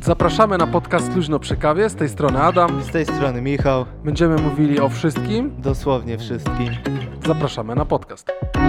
Zapraszamy na podcast Luźno przy kawie, z tej strony Adam. Z tej strony Michał. Będziemy mówili o wszystkim. Dosłownie wszystkim. Zapraszamy na podcast.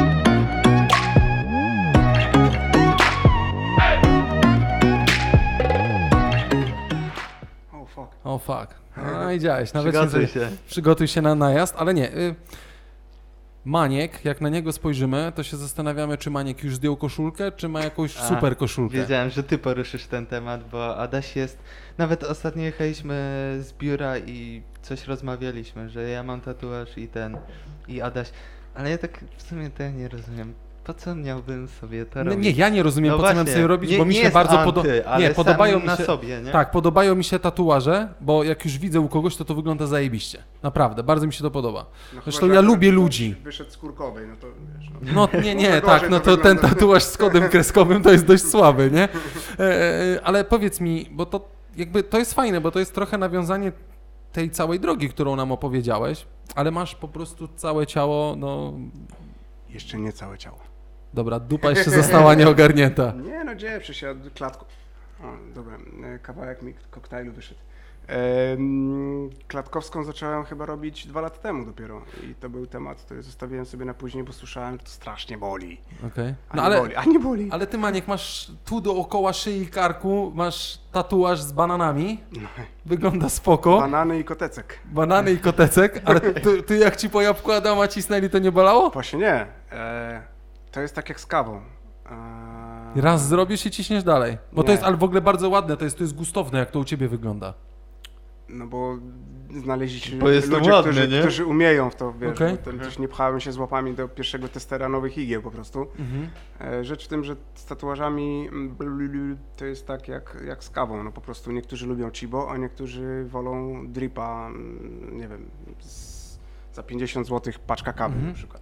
Oh fuck. No i działeś. Nawet przygotuj się na najazd, ale nie. Maniek, jak na niego spojrzymy, to się zastanawiamy, czy Maniek już zdjął koszulkę, czy ma jakąś super koszulkę. Wiedziałem, że ty poruszysz ten temat, bo Adaś jest... Nawet ostatnio jechaliśmy z biura i coś rozmawialiśmy, że ja mam tatuaż i Adaś... Ale ja tak w sumie to nie rozumiem. Po co miałbym sobie to robić? Nie, ja nie rozumiem, po co miałem sobie robić, bo mi się bardzo podobają mi się, sobie, nie? Tak, podobają mi się tatuaże, bo jak już widzę u kogoś, to wygląda zajebiście. Naprawdę, bardzo mi się to podoba. No zresztą ja lubię ludzi. Wyszedł z kurkowej, no to wiesz. No nie, tak, no to ten tatuaż z kodem kreskowym to jest dość słaby, nie? Ale powiedz mi, bo to jakby to jest fajne, bo to jest trochę nawiązanie tej całej drogi, którą nam opowiedziałeś, ale masz po prostu całe ciało, no... Jeszcze nie całe ciało. Dobra, dupa jeszcze została nieogarnięta. Nie no, gdzie przesiadł klatką. O, dobra, kawałek mi koktajlu wyszedł. Klatkowską zacząłem chyba robić 2 lata temu dopiero i to był temat, który zostawiłem sobie na później, bo słyszałem, że to strasznie boli. Okej. A nie boli. Ale ty, Maniek, masz tu dookoła szyi i karku, masz tatuaż z bananami, wygląda spoko. Banany i kotecek. Banany i kotecek, ale ty jak ci po jabłku Adama cisnęli, to nie bolało? Właśnie nie. To jest tak jak z kawą. Raz zrobisz i ciśniesz dalej. Bo Nie. to jest ale w ogóle bardzo ładne, to jest gustowne, jak to u ciebie wygląda. No bo znaleźli się Bo jest to ludzie, ładne, nie? którzy umieją w to, wiesz, Okej. bo też nie pchałem się z łapami do pierwszego testera nowych igieł po prostu. Rzecz w tym, że z tatuażami to jest tak jak z kawą, no po prostu niektórzy lubią Chibo, a niektórzy wolą dripa, nie wiem, za 50 zł paczka kawy na przykład.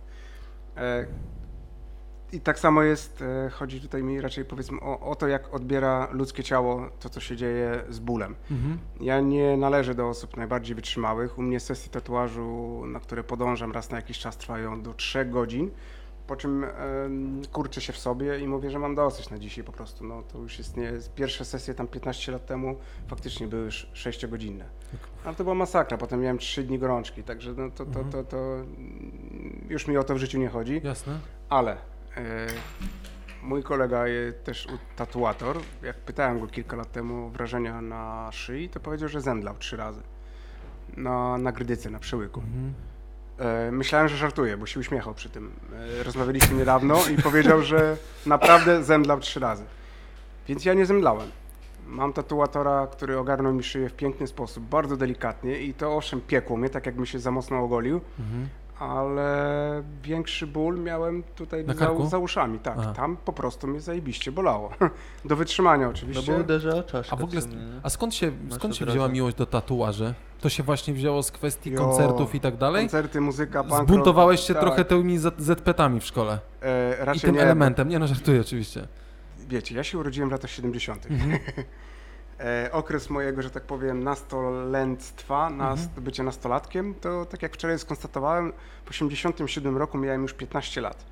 I tak samo jest, chodzi tutaj mi raczej powiedzmy o to, jak odbiera ludzkie ciało to, co się dzieje z bólem. Ja nie należę do osób najbardziej wytrzymałych. U mnie sesje tatuażu, na które podążam raz na jakiś czas, trwają do 3 godzin, po czym kurczę się w sobie i mówię, że mam dosyć na dzisiaj po prostu. No to już jest nie... Pierwsze sesje tam 15 lat temu faktycznie były już 6-godzinne. Ale to była masakra, potem miałem 3 dni gorączki, także no to już mi o to w życiu nie chodzi. Jasne. Ale mój kolega też tatuator, jak pytałem go kilka lat temu o wrażenia na szyi, to powiedział, że zemdlał 3 razy na grydyce, na przełyku. Myślałem, że żartuje, bo się uśmiechał przy tym. Rozmawialiśmy niedawno i powiedział, że naprawdę zemdlał 3 razy. Więc ja nie zemdlałem. Mam tatuatora, który ogarnął mi szyję w piękny sposób, bardzo delikatnie i to owszem piekło mnie, tak jakbym się za mocno ogolił. Ale większy ból miałem tutaj za uszami, tak. Aha. Tam po prostu mnie zajebiście bolało. Do wytrzymania oczywiście. No bo uderza o czaszkę. A skąd się wzięła miłość do tatuaży? To się właśnie wzięło z kwestii koncertów i tak dalej? Koncerty, muzyka, punk rock. Zbuntowałeś się trochę tymi ZP-tami w szkole. Raczej i tym nie, elementem. Nie no, żartuję oczywiście. Wiecie, ja się urodziłem w latach 70. Okres mojego, że tak powiem, nastolenstwa, bycie nastolatkiem, to tak jak wczoraj skonstatowałem, w 87 roku miałem już 15 lat.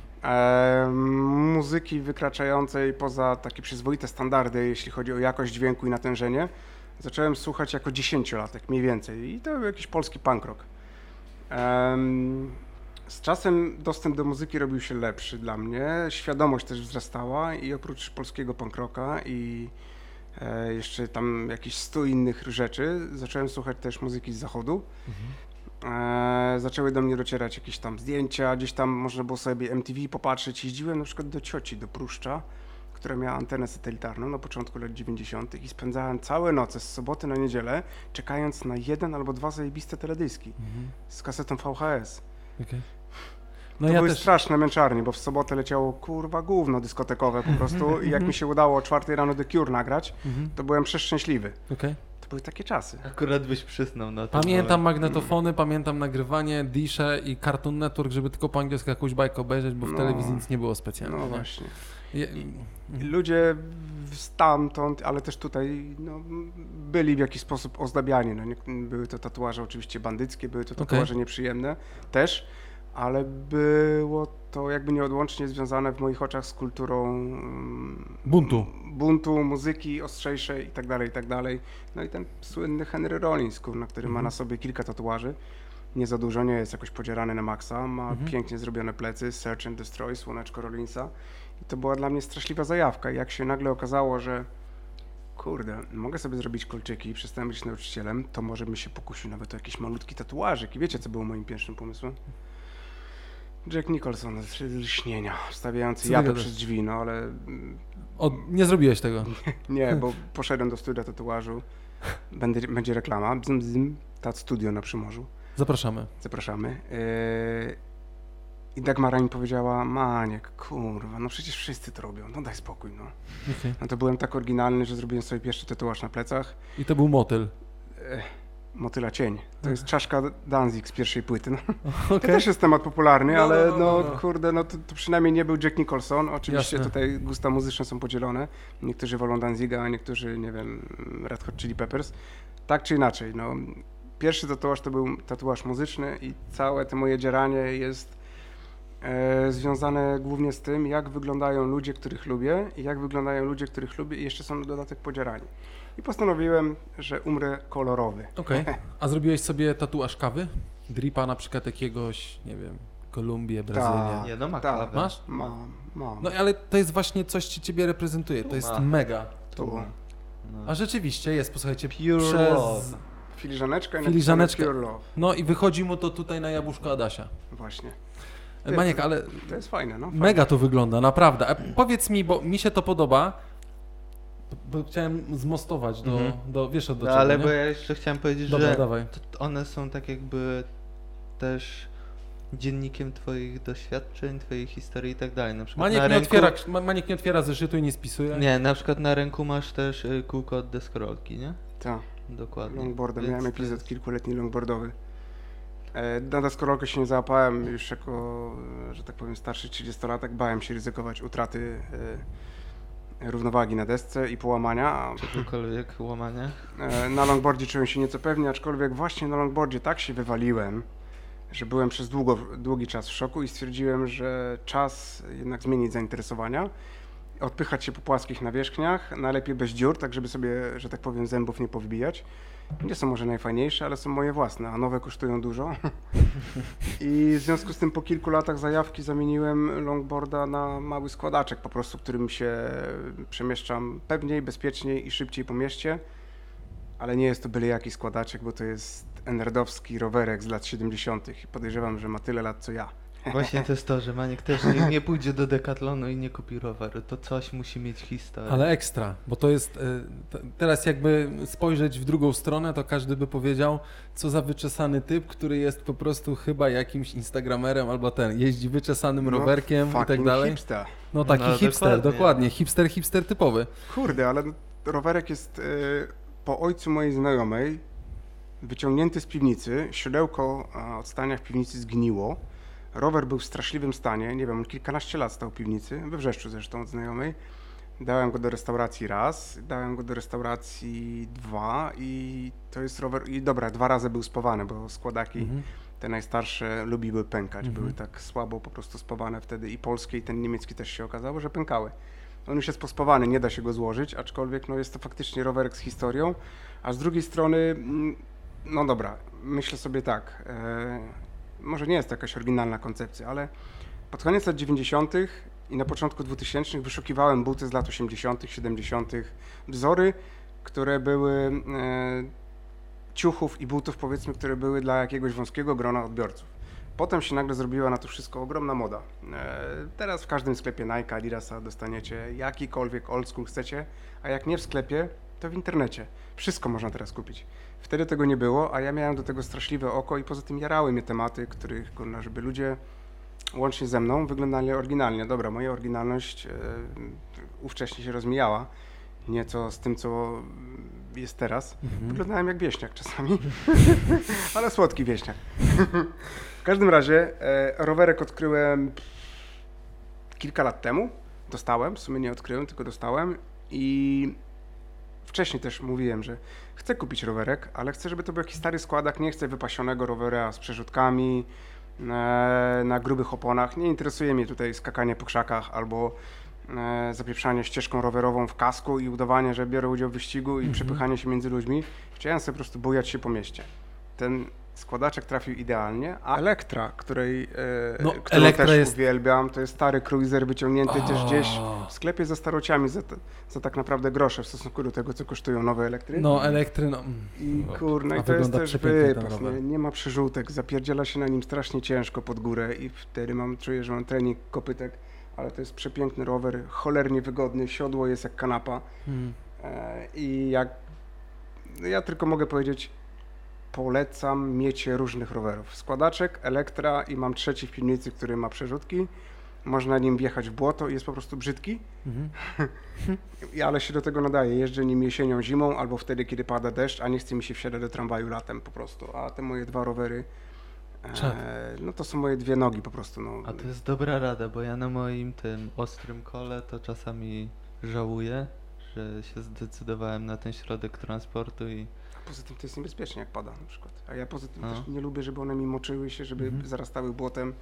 Muzyki wykraczającej poza takie przyzwoite standardy, jeśli chodzi o jakość dźwięku i natężenie, zacząłem słuchać jako 10-latek mniej więcej i to był jakiś polski punk rock. Z czasem dostęp do muzyki robił się lepszy dla mnie, świadomość też wzrastała i oprócz polskiego punk rocka i jeszcze tam jakieś 100 innych rzeczy. Zacząłem słuchać też muzyki z zachodu. Zaczęły do mnie docierać jakieś tam zdjęcia, gdzieś tam można było sobie MTV popatrzeć. Jeździłem na przykład do cioci, do Pruszcza, która miała antenę satelitarną na początku lat 90. i spędzałem całe noce z soboty na niedzielę, czekając na 1 albo 2 zajebiste teledyski z kasetą VHS. Okay. No to były straszne męczarnie, bo w sobotę leciało kurwa gówno dyskotekowe po prostu i jak mi się udało o 4 rano The Cure nagrać, to byłem przeszczęśliwy. Okay. To były takie czasy. Akurat byś przysnął na to. Pamiętam magnetofony, pamiętam nagrywanie, Disze i Cartoon Network, żeby tylko po angielsku jakąś bajkę obejrzeć, bo w telewizji nic nie było specjalnie. No właśnie. Ludzie stamtąd, ale też tutaj byli w jakiś sposób ozdabiani. Były to tatuaże oczywiście bandyckie, były to tatuaże nieprzyjemne też, ale było to jakby nieodłącznie związane w moich oczach z kulturą buntu, muzyki ostrzejszej i tak dalej, i tak dalej. No i ten słynny Henry Rollins, który ma na sobie kilka tatuaży. Nie za dużo, nie jest jakoś podzierany na maksa, ma pięknie zrobione plecy, Search and Destroy, słoneczko Rollinsa. I to była dla mnie straszliwa zajawka. I jak się nagle okazało, że kurde, mogę sobie zrobić kolczyki i przestałem być nauczycielem, to może bym się pokusił nawet o jakiś malutki tatuażyk. I wiecie, co było moim pierwszym pomysłem? Jack Nicholson z Lśnienia, stawiający japę przez drzwi, no ale... Nie zrobiłeś tego? Nie, bo poszedłem do studia tatuażu, będzie reklama, bzm, bzm, Tat Studio na Przymorzu. Zapraszamy. I Dagmara mi powiedziała, Maniek, kurwa, no przecież wszyscy to robią, no daj spokój, no. Okay. No to byłem tak oryginalny, że zrobiłem sobie pierwszy tatuaż na plecach. I to był motyl? Motyla cień. To jest czaszka Danzig z pierwszej płyty. No. Okay. To też jest temat popularny, ale kurde, no to przynajmniej nie był Jack Nicholson. Oczywiście tutaj gusta muzyczne są podzielone. Niektórzy wolą Danziga, a niektórzy, nie wiem, Red Hot Chili Peppers. Tak czy inaczej, no. Pierwszy tatuaż to był tatuaż muzyczny i całe to moje dzieranie jest związane głównie z tym, jak wyglądają ludzie, których lubię i jak wyglądają ludzie, których lubię i jeszcze są na dodatek podzierani. I postanowiłem, że umrę kolorowy. Okej. A zrobiłeś sobie tatuaż kawy? Dripa na przykład jakiegoś, nie wiem, Kolumbię, Brazylię? Nie, no ma kawę. Masz? Mam. No ale to jest właśnie coś, co ciebie reprezentuje. To jest mega. Tu. No. A rzeczywiście jest, posłuchajcie, Pure Love. Filiżaneczka i Filiżaneczka. Pure Love. No i wychodzi mu to tutaj na jabłuszko Adasia. Właśnie. Maniek, ale to jest fajne, no. Mega to wygląda, naprawdę. A powiedz mi, bo mi się to podoba, bo chciałem zmostować do wiesz do czego, ale nie? bo ja jeszcze chciałem powiedzieć, Dobra, że dawaj. one są tak jakby też dziennikiem twoich doświadczeń, twojej historii i tak dalej. Na przykład Maniek nie otwiera zeszytu i nie spisuje. Nie, na przykład na ręku masz też kółko od deskorolki, nie? Tak. Dokładnie. Longboarda, miałem epizod kilkuletni longboardowy. Na deskorolkę się nie załapałem już jako, że tak powiem, starszy 30-latek. Bałem się ryzykować utraty równowagi na desce i połamania. Czegokolwiek łamania. Na longboardzie czułem się nieco pewnie, aczkolwiek właśnie na longboardzie tak się wywaliłem, że byłem przez długi czas w szoku i stwierdziłem, że czas jednak zmienić zainteresowania, odpychać się po płaskich nawierzchniach, najlepiej bez dziur, tak żeby sobie, że tak powiem, zębów nie powybijać. Nie są może najfajniejsze, ale są moje własne, a nowe kosztują dużo. I w związku z tym po kilku latach zajawki zamieniłem longboarda na mały składaczek po prostu, którym się przemieszczam pewniej, bezpieczniej i szybciej po mieście. Ale nie jest to byle jaki składaczek, bo to jest nerdowski rowerek z lat 70. i podejrzewam, że ma tyle lat co ja. Właśnie to jest to, że Maniek też nie pójdzie do Decathlonu i nie kupi roweru. To coś musi mieć historię. Ale ekstra, bo to jest, teraz jakby spojrzeć w drugą stronę, to każdy by powiedział, co za wyczesany typ, który jest po prostu chyba jakimś instagramerem albo jeździ wyczesanym rowerkiem i tak dalej. Hipster. No taki hipster, dokładnie. Hipster typowy. Kurde, ale rowerek jest po ojcu mojej znajomej wyciągnięty z piwnicy, siodełko od stania w piwnicy zgniło. Rower był w straszliwym stanie, nie wiem, kilkanaście lat stał w piwnicy, we Wrzeszczu zresztą od znajomej. Dałem go do restauracji raz, dałem go do restauracji dwa i to jest rower, i dobra, 2 razy był spawany, bo składaki te najstarsze lubiły pękać, były tak słabo po prostu spawane wtedy i polskie i ten niemiecki też się okazało, że pękały. On już jest pospawany, nie da się go złożyć, aczkolwiek no, jest to faktycznie rowerek z historią, a z drugiej strony, no dobra, myślę sobie tak, może nie jest to jakaś oryginalna koncepcja, ale pod koniec lat 90. i na początku 2000 wyszukiwałem buty z lat 80., 70., wzory, które były ciuchów i butów, powiedzmy, które były dla jakiegoś wąskiego grona odbiorców. Potem się nagle zrobiła na to wszystko ogromna moda. Teraz w każdym sklepie Nike, Adidasa dostaniecie jakikolwiek old school chcecie, a jak nie w sklepie, to w internecie. Wszystko można teraz kupić. Wtedy tego nie było, a ja miałem do tego straszliwe oko i poza tym jarały mnie tematy, których, żeby ludzie łącznie ze mną wyglądali oryginalnie. Dobra, moja oryginalność ówcześnie się rozmijała, nieco z tym, co jest teraz. Wyglądałem jak wieśniak czasami, ale słodki wieśniak. W każdym razie rowerek odkryłem kilka lat temu. Dostałem, w sumie nie odkryłem, tylko dostałem i wcześniej też mówiłem, że chcę kupić rowerek, ale chcę, żeby to był jakiś stary składak, nie chcę wypasionego rowera z przerzutkami, na grubych oponach. Nie interesuje mnie tutaj skakanie po krzakach albo zapieprzanie ścieżką rowerową w kasku i udawanie, że biorę udział w wyścigu i przepychanie się między ludźmi. Chciałem sobie po prostu bujać się po mieście. Ten składaczek trafił idealnie, a Elektra, którą Elektra też jest... uwielbiam, to jest stary cruiser wyciągnięty też gdzieś w sklepie ze starociami za tak naprawdę grosze w stosunku do tego, co kosztują nowe Elektry. No, Elektry, no. I kurna, i to jest też wypas, nie ma przerzutek, zapierdziela się na nim strasznie ciężko pod górę i wtedy czuję, że mam trening kopytek, ale to jest przepiękny rower, cholernie wygodny, siodło jest jak kanapa i ja tylko mogę powiedzieć, polecam miecie różnych rowerów. Składaczek, Elektra i mam trzeci w piwnicy, który ma przerzutki. Można nim wjechać w błoto i jest po prostu brzydki, ale się do tego nadaje. Jeżdżę nim jesienią, zimą albo wtedy, kiedy pada deszcz, a nie chce mi się wsiadać do tramwaju latem po prostu. A te moje dwa rowery, no to są moje dwie nogi po prostu. No. A to jest dobra rada, bo ja na moim tym ostrym kole to czasami żałuję, że się zdecydowałem na ten środek transportu i... Poza tym to jest niebezpiecznie, jak pada na przykład. A ja poza tym też nie lubię, żeby one mi moczyły się, żeby zarastały błotem.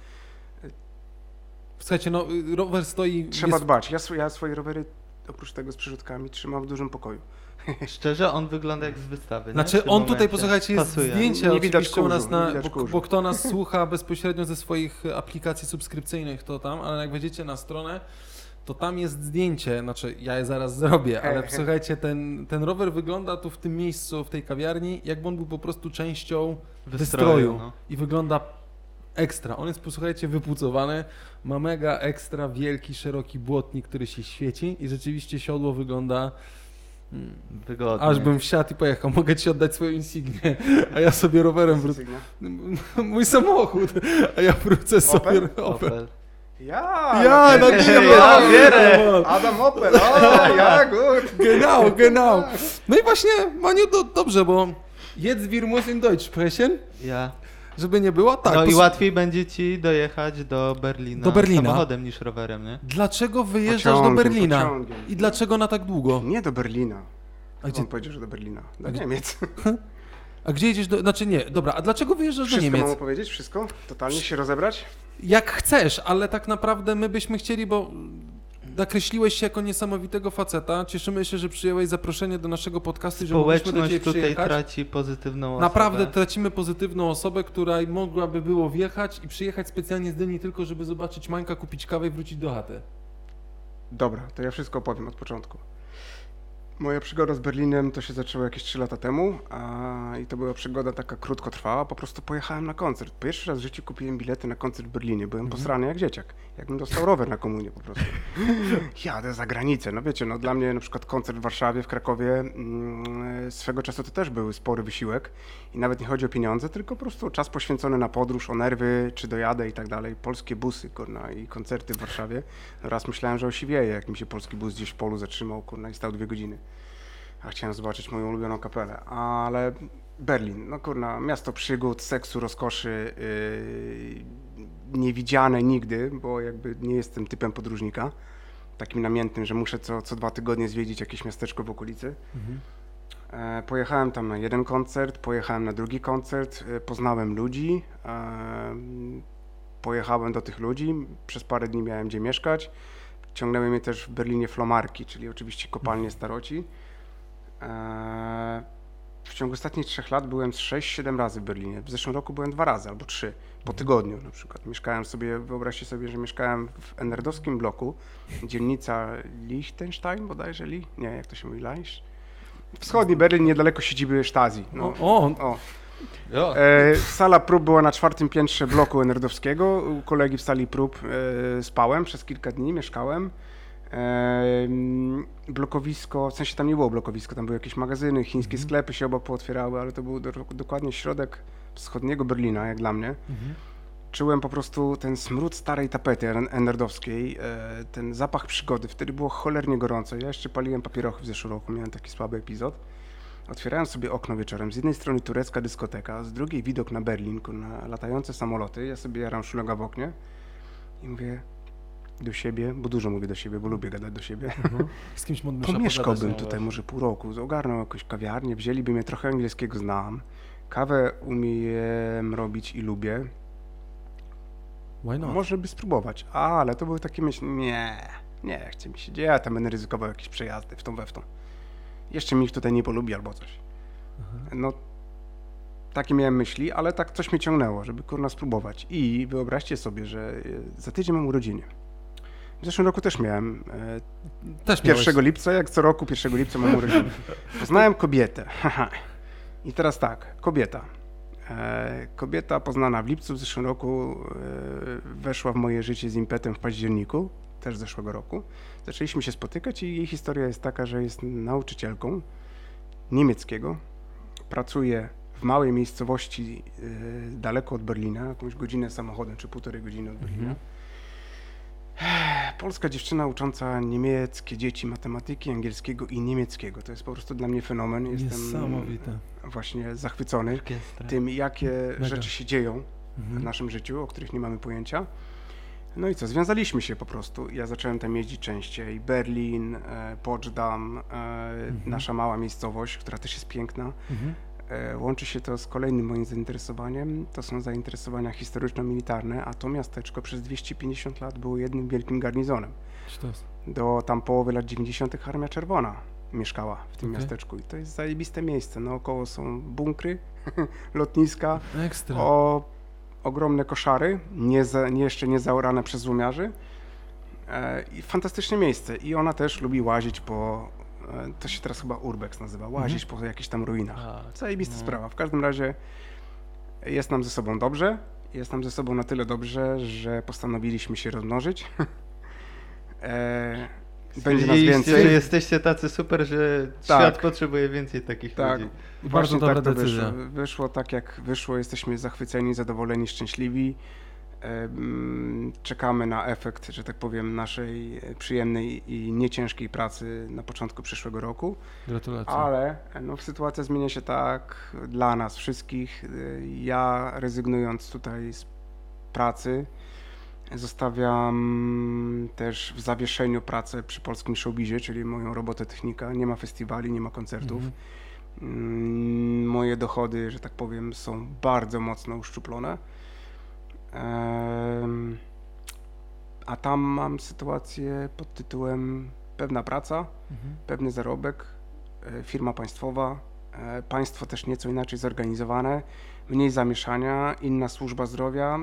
Słuchajcie, no rower stoi... Trzeba dbać. Ja swoje rowery, oprócz tego z przerzutkami, trzymam w dużym pokoju. Szczerze, on wygląda jak z wystawy. Znaczy on tutaj, posłuchajcie, jest pasuje. zdjęcie Nie widać oczywiście u nas kurzu, bo kto nas słucha bezpośrednio ze swoich aplikacji subskrypcyjnych, to tam, ale jak wejdziecie na stronę, to tam jest zdjęcie, znaczy ja je zaraz zrobię, ale słuchajcie, ten rower wygląda tu w tym miejscu, w tej kawiarni, jakby on był po prostu częścią wystroju no. I wygląda ekstra. On jest, posłuchajcie, wypucowany, ma mega ekstra wielki, szeroki błotnik, który się świeci i rzeczywiście siodło wygląda wygodnie. Aż bym wsiadł i pojechał. Mogę ci oddać swoją insignię, a ja sobie rowerem wrócę. Mój samochód, a ja wrócę sobie Opel. Ja wierzę. Adam Opel, ja, gut. Genau. No i właśnie, Maniu, dobrze, bo jetzt wir muss in Deutsch sprechen. Ja. Żeby nie było? Tak. No i łatwiej będzie ci dojechać do Berlina samochodem niż rowerem, nie? Dlaczego wyjeżdżasz do Berlina? I dlaczego na tak długo? Nie do Berlina. A gdzie on powiedział, że do Berlina? Do Niemiec. A gdzie jedziesz Znaczy nie, dobra, a dlaczego wyjeżdżasz do Niemiec? Wszystko mam opowiedzieć? Wszystko? Totalnie się rozebrać? Jak chcesz, ale tak naprawdę my byśmy chcieli, bo nakreśliłeś się jako niesamowitego faceta. Cieszymy się, że przyjąłeś zaproszenie do naszego podcastu, że mogliśmy do Ciebie przyjechać. Tutaj traci pozytywną osobę. Naprawdę tracimy pozytywną osobę, która mogłaby było wjechać i przyjechać specjalnie z Dyni tylko, żeby zobaczyć Mańka, kupić kawę i wrócić do chaty. Dobra, to ja wszystko opowiem od początku. Moja przygoda z Berlinem to się zaczęła jakieś 3 lata temu i to była przygoda taka krótkotrwała. Po prostu pojechałem na koncert. Pierwszy raz w życiu kupiłem bilety na koncert w Berlinie. Byłem posrany jak dzieciak. Jakbym dostał rower na komunię po prostu. Jadę za granicę. No wiecie, no dla mnie na przykład koncert w Warszawie, w Krakowie swego czasu to też był spory wysiłek. I nawet nie chodzi o pieniądze, tylko po prostu czas poświęcony na podróż, o nerwy, czy dojadę i tak dalej. Polskie busy, kurna, i koncerty w Warszawie. No raz myślałem, że osiwieję, jak mi się polski bus gdzieś w polu zatrzymał, kurna, i stał 2 godziny. A chciałem zobaczyć moją ulubioną kapelę, ale Berlin, no kurna, miasto przygód, seksu, rozkoszy, niewidziane nigdy, bo jakby nie jestem typem podróżnika, takim namiętnym, że muszę co 2 tygodnie zwiedzić jakieś miasteczko w okolicy. Pojechałem tam na jeden koncert, pojechałem na drugi koncert, poznałem ludzi, pojechałem do tych ludzi, przez parę dni miałem gdzie mieszkać, ciągnęły mnie też w Berlinie flomarki, czyli oczywiście kopalnie staroci. W ciągu ostatnich 3 lat byłem 6-7 razy w Berlinie. W zeszłym roku byłem 2 razy albo 3 po tygodniu na przykład. Mieszkałem sobie, wyobraźcie sobie, że mieszkałem w enerdowskim bloku, dzielnica Liechtenstein bodajże, nie, jak to się mówi, wschodni Berlin, niedaleko siedziby Stasi. No. Sala prób była na 4. piętrze bloku enerdowskiego. U kolegi w sali prób spałem przez kilka dni, mieszkałem. Blokowisko, w sensie tam nie było blokowiska, tam były jakieś magazyny, chińskie sklepy się obok pootwierały, ale to był dokładnie środek wschodniego Berlina, jak dla mnie. Czułem po prostu ten smród starej tapety enerdowskiej, ten zapach przygody. Wtedy było cholernie gorąco. Ja jeszcze paliłem papierochy w zeszłym roku, miałem taki słaby epizod. Otwierałem sobie okno wieczorem, z jednej strony turecka dyskoteka, z drugiej widok na Berlin, na latające samoloty. Ja sobie jaram szluga w oknie i mówię do siebie, bo dużo mówię do siebie, bo lubię gadać do siebie. Z kimś modnym pomieszkałbym tutaj może pół roku, ogarnął jakąś kawiarnię, wzięliby mnie, trochę angielskiego znam, kawę umiem robić i lubię. Why not? Może by spróbować, ale to były takie myśli, nie chce mi się, gdzie ja tam będę ryzykował jakieś przejazdy w tą we w tą. Jeszcze mi ich tutaj nie polubi albo coś. No, takie miałem myśli, ale tak coś mnie ciągnęło, żeby kurna spróbować. I wyobraźcie sobie, że za tydzień mam urodziny. W zeszłym roku też miałem. Też 1 lipca, jak co roku 1 lipca mam urodziny. Poznałem kobietę. I teraz tak, kobieta. Kobieta poznana w lipcu w zeszłym roku weszła w moje życie z impetem w październiku, też zeszłego roku. Zaczęliśmy się spotykać i jej historia jest taka, że jest nauczycielką niemieckiego. Pracuje w małej miejscowości daleko od Berlina, jakąś godzinę samochodem czy 1,5 godziny od Berlina. Polska dziewczyna ucząca niemieckie dzieci matematyki, angielskiego i niemieckiego. To jest po prostu dla mnie fenomen. Jestem Niesamowite. właśnie zachwycony Orkiestra. tym, jakie Mega. rzeczy się dzieją w naszym życiu, o których nie mamy pojęcia. No i co, związaliśmy się po prostu. Ja zacząłem tam jeździć częściej. Berlin, Poczdam, nasza mała miejscowość, która też jest piękna. Łączy się to z kolejnym moim zainteresowaniem. To są zainteresowania historyczno-militarne, a to miasteczko przez 250 lat było jednym wielkim garnizonem. Sztos. Do tam połowy lat 90. Armia Czerwona mieszkała w tym Okej. miasteczku i to jest zajebiste miejsce. Naokoło są bunkry, lotniska, Ekstra. ogromne koszary, jeszcze nie zaorane przez złomiarzy. I fantastyczne miejsce. I ona też lubi łazić po, to się teraz chyba urbex nazywa, łazić po jakichś tam ruinach. Zajebista sprawa. W każdym razie jest nam ze sobą dobrze. Jest nam ze sobą na tyle dobrze, że postanowiliśmy się rozmnożyć. Będzie nas Stwierdziliście, więcej. że jesteście tacy super, że Tak. świat potrzebuje więcej takich Tak. ludzi. Bardzo Właśnie dobra tak to decyzja. wyszło. Wyszło tak jak wyszło, jesteśmy zachwyceni, zadowoleni, szczęśliwi. Czekamy na efekt, że tak powiem, naszej przyjemnej i nieciężkiej pracy na początku przyszłego roku. Gratulacje. Ale no, sytuacja zmienia się tak dla nas wszystkich. Ja rezygnując tutaj z pracy, zostawiam też w zawieszeniu pracę przy polskim showbizie, czyli moją robotę technika. Nie ma festiwali, nie ma koncertów. Moje dochody, że tak powiem, są bardzo mocno uszczuplone. A tam mam sytuację pod tytułem pewna praca, pewny zarobek, firma państwowa, państwo też nieco inaczej zorganizowane, mniej zamieszania, inna służba zdrowia.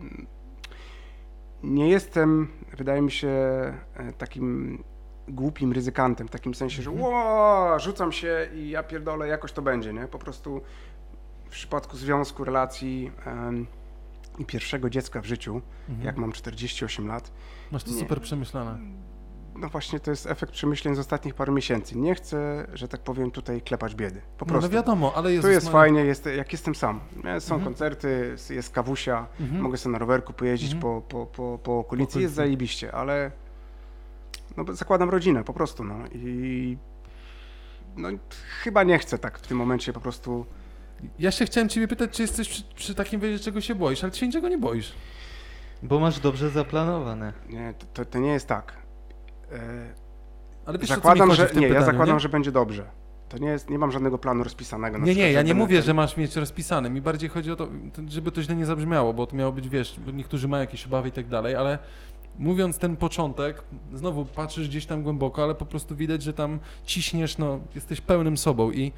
Nie jestem, wydaje mi się, takim głupim ryzykantem, w takim sensie, że rzucam się i ja pierdolę, jakoś to będzie, nie? Po prostu w przypadku związku, relacji i pierwszego dziecka w życiu, jak mam 48 lat. Masz to nie. super przemyślane. No właśnie to jest efekt przemyśleń z ostatnich paru miesięcy. Nie chcę, że tak powiem, tutaj klepać biedy. Po No, prostu. no wiadomo, ale Jezus Tu jest Maria. fajnie, jak jestem sam. Są koncerty, jest kawusia, mogę sobie na rowerku pojeździć po okolicy, jest zajebiście, ale no, zakładam rodzinę po prostu, no i no, chyba nie chcę tak w tym momencie po prostu. Ja się chciałem ciebie pytać, czy jesteś przy takim wyjeździe, czego się boisz, ale ty się niczego nie boisz. Bo masz dobrze zaplanowane. Nie, to nie jest tak. Ale wiesz, Zakładam, o co mi chodzi że w tym nie, pytaniu, ja zakładam, nie? że będzie dobrze. To nie jest, nie mam żadnego planu rozpisanego. Na Nie, przykład, nie, ja że nie będę mówię, ten- że masz mieć rozpisane. Mi bardziej chodzi o to, żeby to źle nie zabrzmiało, bo to miało być, wiesz, bo niektórzy mają jakieś obawy i tak dalej, ale mówiąc ten początek, znowu patrzysz gdzieś tam głęboko, ale po prostu widać, że tam ciśniesz, no, jesteś pełnym sobą i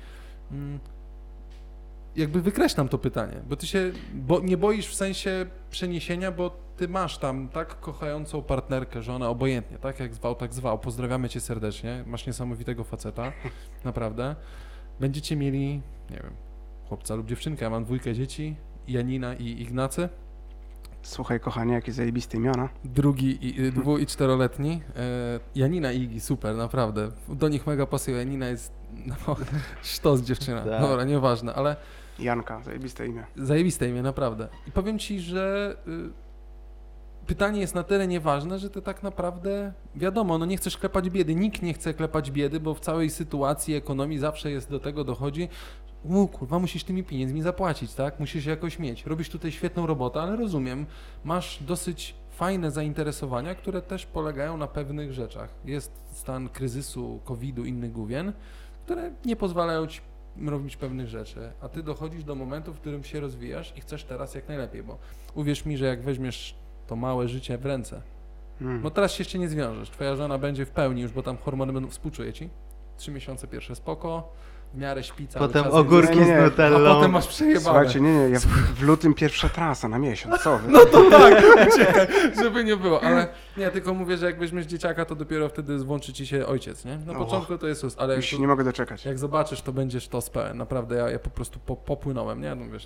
jakby wykreślam to pytanie, bo ty się nie boisz w sensie przeniesienia, bo ty masz tam tak kochającą partnerkę, żonę, obojętnie, tak jak zwał, tak zwał. Pozdrawiamy cię serdecznie, masz niesamowitego faceta, naprawdę. Będziecie mieli, nie wiem, chłopca lub dziewczynkę, ja mam 2 dzieci, Janina i Ignacy, Słuchaj, kochanie, jakie zajebiste imiona. 2- i 4-letni. Janina i Igi, super, naprawdę. Do nich mega pasuje. Janina jest no, sztos dziewczyna. Tak. Dobra, nieważne, ale Janka, zajebiste imię. zajebiste imię, naprawdę. I powiem ci, że pytanie jest na tyle nieważne, że ty tak naprawdę, wiadomo, no nie chcesz klepać biedy. Nikt nie chce klepać biedy, bo w całej sytuacji ekonomii zawsze jest do tego dochodzi, kurwa, musisz tymi pieniędzmi zapłacić, tak? Musisz jakoś mieć. Robisz tutaj świetną robotę, ale rozumiem, masz dosyć fajne zainteresowania, które też polegają na pewnych rzeczach. Jest stan kryzysu, COVID-u, innych gówien, które nie pozwalają ci robić pewnych rzeczy, a ty dochodzisz do momentu, w którym się rozwijasz i chcesz teraz jak najlepiej, bo uwierz mi, że jak weźmiesz to małe życie w ręce. No teraz się jeszcze nie zwiążesz, twoja żona będzie w pełni już, bo tam hormony będą, współczuję ci, 3 miesiące pierwsze spoko, w miarę śpi cały Potem czas. ogórki Nie, z nie, A nutellą. potem masz przejebane. Słuchajcie, nie, ja w lutym pierwsza trasa na miesiąc, co wy? No to tak, uciekaj, żeby nie było, ale nie, tylko mówię, że jak weźmiesz dzieciaka, to dopiero wtedy włączy ci się ojciec, nie? Na początku to jest ale Już się nie mogę doczekać. jak zobaczysz, to będziesz to pełen. Naprawdę, ja po prostu popłynąłem, nie? No wiesz,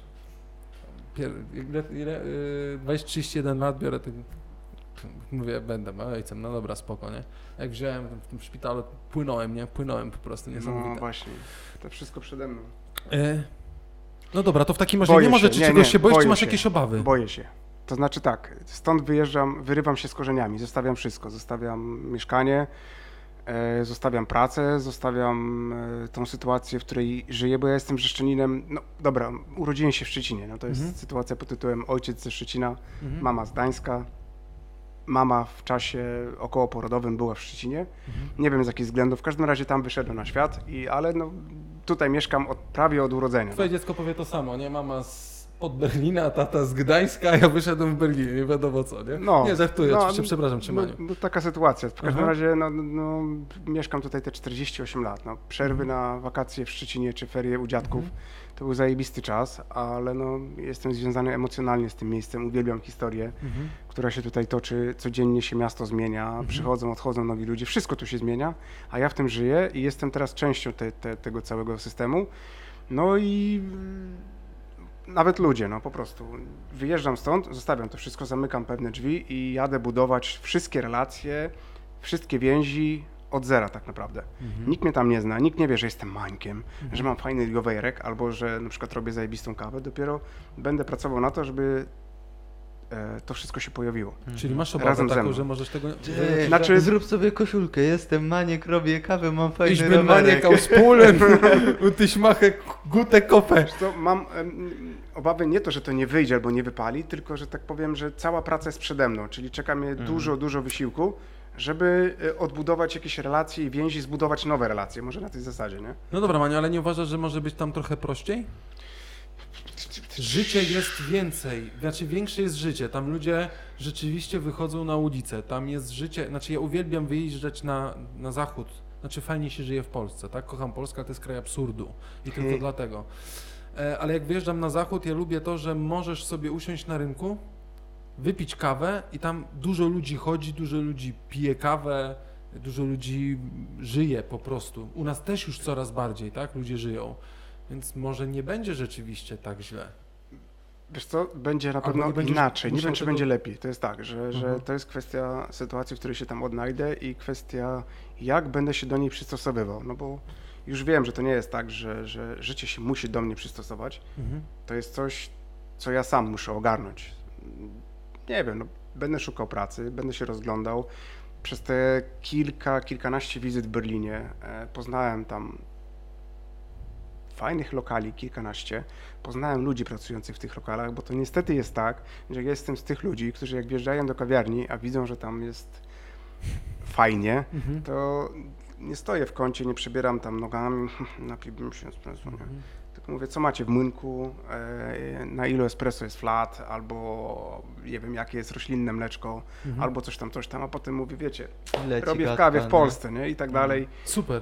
31 lat biorę tych, mówię, będę ojcem, no dobra, spoko, nie? Jak wziąłem w tym szpitalu, płynąłem, nie? Płynąłem po prostu, niesamowite. No właśnie, to wszystko przede mną. No dobra, to w takim razie Boję nie może, się, czy nie, czegoś nie, się boisz, czy boję masz się. jakieś obawy? Boję się. To znaczy tak, stąd wyjeżdżam, wyrywam się z korzeniami, zostawiam wszystko. Zostawiam mieszkanie, zostawiam pracę, zostawiam tą sytuację, w której żyję, bo ja jestem Rzeszczaninem. No dobra, urodziłem się w Szczecinie, no to jest sytuacja pod tytułem ojciec ze Szczecina, mama z Gdańska. Mama w czasie okołoporodowym była w Szczecinie. Nie wiem z jakich względów, w każdym razie tam wyszedłem na świat, ale no, tutaj mieszkam prawie od urodzenia. Twoje dziecko powie to samo, nie? Mama od Berlina, tata z Gdańska, a ja wyszedłem w Berlinie, nie wiadomo co, nie? No, nie, żartuję, no, oczywiście, przepraszam cię, Maniu. No, taka sytuacja. W każdym razie no, mieszkam tutaj te 48 lat. No, przerwy na wakacje w Szczecinie czy ferie u dziadków to był zajebisty czas, ale no, jestem związany emocjonalnie z tym miejscem, uwielbiam historię, która się tutaj toczy, codziennie się miasto zmienia, przychodzą, odchodzą nowi ludzie, wszystko tu się zmienia, a ja w tym żyję i jestem teraz częścią tego całego systemu. No i nawet ludzie, no po prostu. Wyjeżdżam stąd, zostawiam to wszystko, zamykam pewne drzwi i jadę budować wszystkie relacje, wszystkie więzi od zera tak naprawdę. Nikt mnie tam nie zna, nikt nie wie, że jestem Mańkiem, że mam fajny rowerek albo że na przykład robię zajebistą kawę. Dopiero będę pracował na to, żeby to wszystko się pojawiło. Czyli masz obawę Razem ze taką, mną. że możesz tego... Znaczy- Zrób sobie koszulkę, jestem Maniek, robię kawę, mam Ich fajny bin Maniek rowerek. aus Polen und ich mache gute Koffer. To mam obawy nie to, że to nie wyjdzie albo nie wypali, tylko że tak powiem, że cała praca jest przede mną, czyli czeka mnie dużo wysiłku, żeby odbudować jakieś relacje i więzi, zbudować nowe relacje, może na tej zasadzie, nie? No dobra, Maniu, ale nie uważasz, że może być tam trochę prościej? Życie jest więcej, znaczy większe jest życie, tam ludzie rzeczywiście wychodzą na ulicę, tam jest życie, znaczy ja uwielbiam wyjeżdżać na zachód, znaczy fajnie się żyje w Polsce, tak? Kocham Polskę, ale to jest kraj absurdu i tylko dlatego. Ale jak wyjeżdżam na zachód, ja lubię to, że możesz sobie usiąść na rynku, wypić kawę i tam dużo ludzi chodzi, dużo ludzi pije kawę, dużo ludzi żyje po prostu. U nas też już coraz bardziej, tak? Ludzie żyją. Więc może nie będzie rzeczywiście tak źle. Wiesz co, będzie na Albo pewno nie będziesz inaczej, nie musiał wiem czy tego- będzie lepiej. To jest tak, że to jest kwestia sytuacji, w której się tam odnajdę i kwestia jak będę się do niej przystosowywał, no bo już wiem, że to nie jest tak, że życie się musi do mnie przystosować. To jest coś, co ja sam muszę ogarnąć. Nie wiem, no, będę szukał pracy, będę się rozglądał. Przez te kilkanaście wizyt w Berlinie poznałem tam fajnych lokali, kilkanaście. Poznałem ludzi pracujących w tych lokalach, bo to niestety jest tak, że ja jestem z tych ludzi, którzy jak wjeżdżają do kawiarni, a widzą, że tam jest fajnie, to nie stoję w kącie, nie przebieram tam nogami, napiłbym się espresso, nie? Tylko mówię, co macie w młynku, na ilu espresso jest flat, albo nie wiem, jakie jest roślinne mleczko, albo coś tam, a potem mówię, wiecie, Leci robię w gadka, kawie w nie? Polsce, nie? I tak dalej. Super.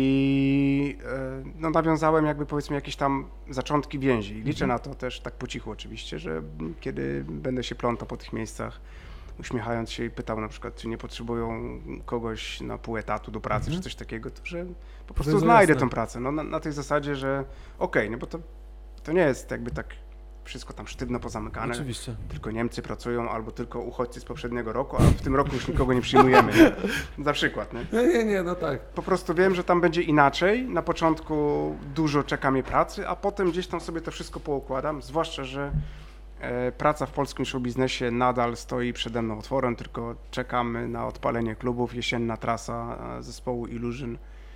I no, nawiązałem jakby powiedzmy jakieś tam zaczątki więzi. I liczę na to też tak po cichu oczywiście, że kiedy będę się plątał po tych miejscach, uśmiechając się i pytał na przykład, czy nie potrzebują kogoś na pół etatu do pracy, czy coś takiego, to że po prostu jest znajdę jasne. tę pracę. No, na tej zasadzie, że okej, no bo to nie jest jakby tak wszystko tam sztywno pozamykane. Oczywiście. Tylko Niemcy pracują, albo tylko uchodźcy z poprzedniego roku, a w tym roku już nikogo nie przyjmujemy. Nie? Na przykład. Nie? Nie, no tak. Po prostu wiem, że tam będzie inaczej. Na początku dużo czeka mnie pracy, a potem gdzieś tam sobie to wszystko poukładam, zwłaszcza, że praca w polskim showbiznesie nadal stoi przede mną otworem, tylko czekamy na odpalenie klubów. Jesienna trasa zespołu Illusion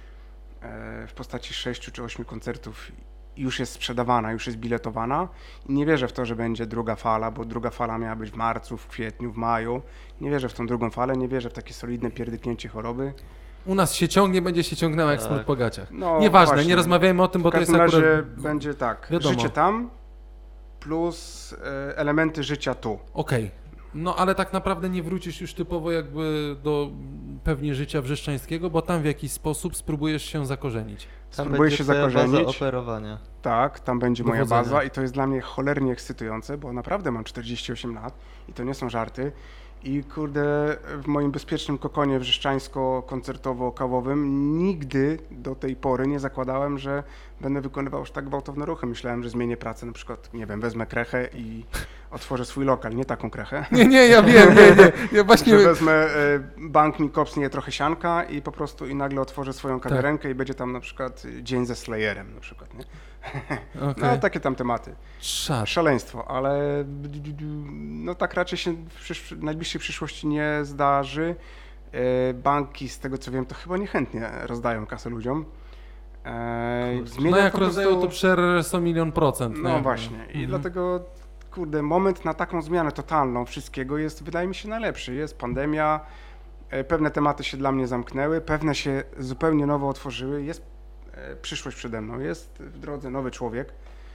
w postaci 6 czy 8 koncertów już jest sprzedawana, już jest biletowana i nie wierzę w to, że będzie druga fala, bo druga fala miała być w marcu, w kwietniu, w maju. Nie wierzę w tą drugą falę, nie wierzę w takie solidne pierdyknięcie choroby. U nas się ciągnie, będzie się ciągnęło jak smród po gaciach. No, Nieważne, właśnie. nie rozmawiajmy o tym, bo W to jest każdym akurat... razie będzie tak, wiadomo. życie tam plus elementy życia tu. Okej. No ale tak naprawdę nie wrócisz już typowo jakby do pewnie życia wrzeszczańskiego, bo tam w jakiś sposób spróbujesz się zakorzenić. Tam Spróbuję będzie się twoja baza zakorzenić. operowania. Tak, tam będzie moja Dowodzenia. baza i to jest dla mnie cholernie ekscytujące, bo naprawdę mam 48 lat i to nie są żarty. I kurde, w moim bezpiecznym kokonie wrzeszczańsko-koncertowo-kawowym nigdy do tej pory nie zakładałem, że będę wykonywał aż tak gwałtowne ruchy. Myślałem, że zmienię pracę, na przykład, nie wiem, wezmę krechę i otworzę swój lokal, nie taką krechę. Nie, ja wiem, nie. Ja właśnie... Że wezmę, bank mi kopsnie trochę sianka i po prostu i nagle otworzę swoją kawiarenkę i będzie tam na przykład dzień ze Slayerem na przykład, nie? Okej. No takie tam tematy. Szat. Szaleństwo, ale no tak raczej się w najbliższej przyszłości nie zdarzy. Banki, z tego co wiem, to chyba niechętnie rozdają kasę ludziom. No jak po rozdają prostu- to przerz 100 milion procent. No nie? właśnie i Mhm. dlatego, kurde, moment na taką zmianę totalną wszystkiego jest, wydaje mi się, najlepszy. Jest pandemia, pewne tematy się dla mnie zamknęły, pewne się zupełnie nowo otworzyły, jest przyszłość przede mną, jest w drodze nowy człowiek.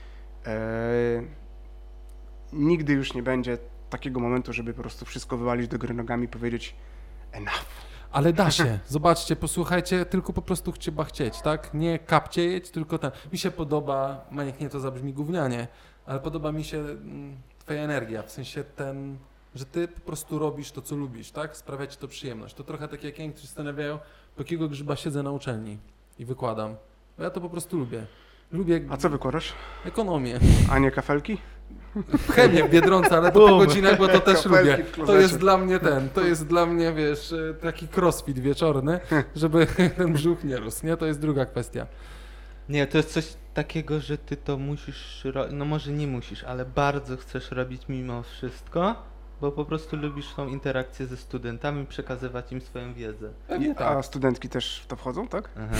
Nigdy już nie będzie takiego momentu, żeby po prostu wszystko wywalić do góry nogami i powiedzieć enough. Ale da się. Zobaczcie, posłuchajcie, tylko po prostu trzeba chcieć, tak? Nie kapcie jedź, tylko ten. Mi się podoba, Maniek, nie to zabrzmi gównianie, ale podoba mi się twoja energia, w sensie ten, że ty po prostu robisz to, co lubisz, tak? Sprawia ci to przyjemność. To trochę tak jak ja, którzy zastanawiają, po jakiego grzyba siedzę na uczelni i wykładam. Bo ja to po prostu lubię. Lubię A co wykładasz? ekonomię. A nie kafelki? Chemię w Biedronce, ale to po godzinach, bo to też Kapelki lubię. w To klozecie. jest dla mnie to jest dla mnie, wiesz, taki crossfit wieczorny, żeby ten brzuch nie rósł, nie? To jest druga kwestia. Nie, to jest coś takiego, że ty to musisz, no może nie musisz, ale bardzo chcesz robić mimo wszystko, bo po prostu lubisz tą interakcję ze studentami, przekazywać im swoją wiedzę. Pewnie tak. A studentki też w to wchodzą, tak? Aha.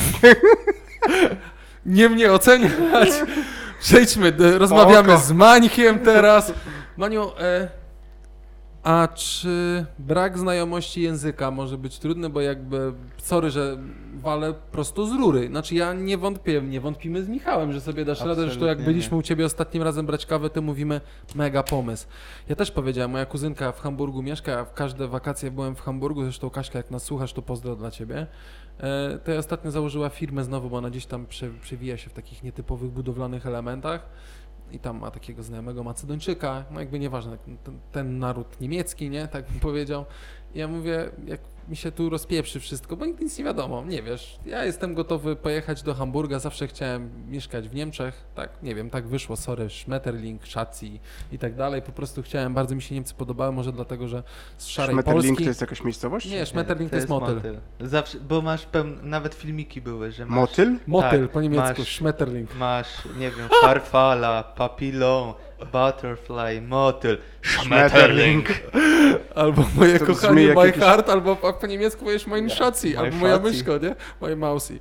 Nie mnie oceniać. Przejdźmy, rozmawiamy Oko. z Mańkiem teraz. Maniu, a czy brak znajomości języka może być trudny, bo jakby, sorry, że walę prosto z rury. Znaczy ja nie wątpię, nie wątpimy z Michałem, że sobie dasz radę, zresztą jak Absolutnie byliśmy nie. u ciebie ostatnim razem brać kawę, to mówimy mega pomysł. Ja też powiedziałem, moja kuzynka w Hamburgu mieszka, ja w każde wakacje byłem w Hamburgu, zresztą Kaśka, jak nas słuchasz, to pozdro dla ciebie. To ja ostatnio założyła firmę znowu, bo ona gdzieś tam przewija się w takich nietypowych budowlanych elementach i tam ma takiego znajomego Macedończyka, no jakby nieważne, ten naród niemiecki, nie, tak bym powiedział. I ja mówię, jak mi się tu rozpieprzy wszystko, bo nic nie wiadomo, nie wiesz, ja jestem gotowy pojechać do Hamburga, zawsze chciałem mieszkać w Niemczech, tak, nie wiem, tak wyszło, sorry, Schmetterling, Schatzi i tak dalej, po prostu chciałem, bardzo mi się Niemcy podobały, może dlatego, że z szarej Schmetterling Polski... to jest jakaś miejscowość? Nie, Schmetterling to jest motyl. Zawsze, bo masz nawet filmiki były, że masz... Motyl? Motyl Tak, po niemiecku, masz- Schmetterling. Masz, nie wiem, farfala, papillon, butterfly, motyl, Schmetterling. Albo moje To brzmi kochanie jak My jakiś- Heart, albo po niemiecku powiesz Mein Schatzi, My albo moja Schatzi. myszko, nie? Moje Mausi.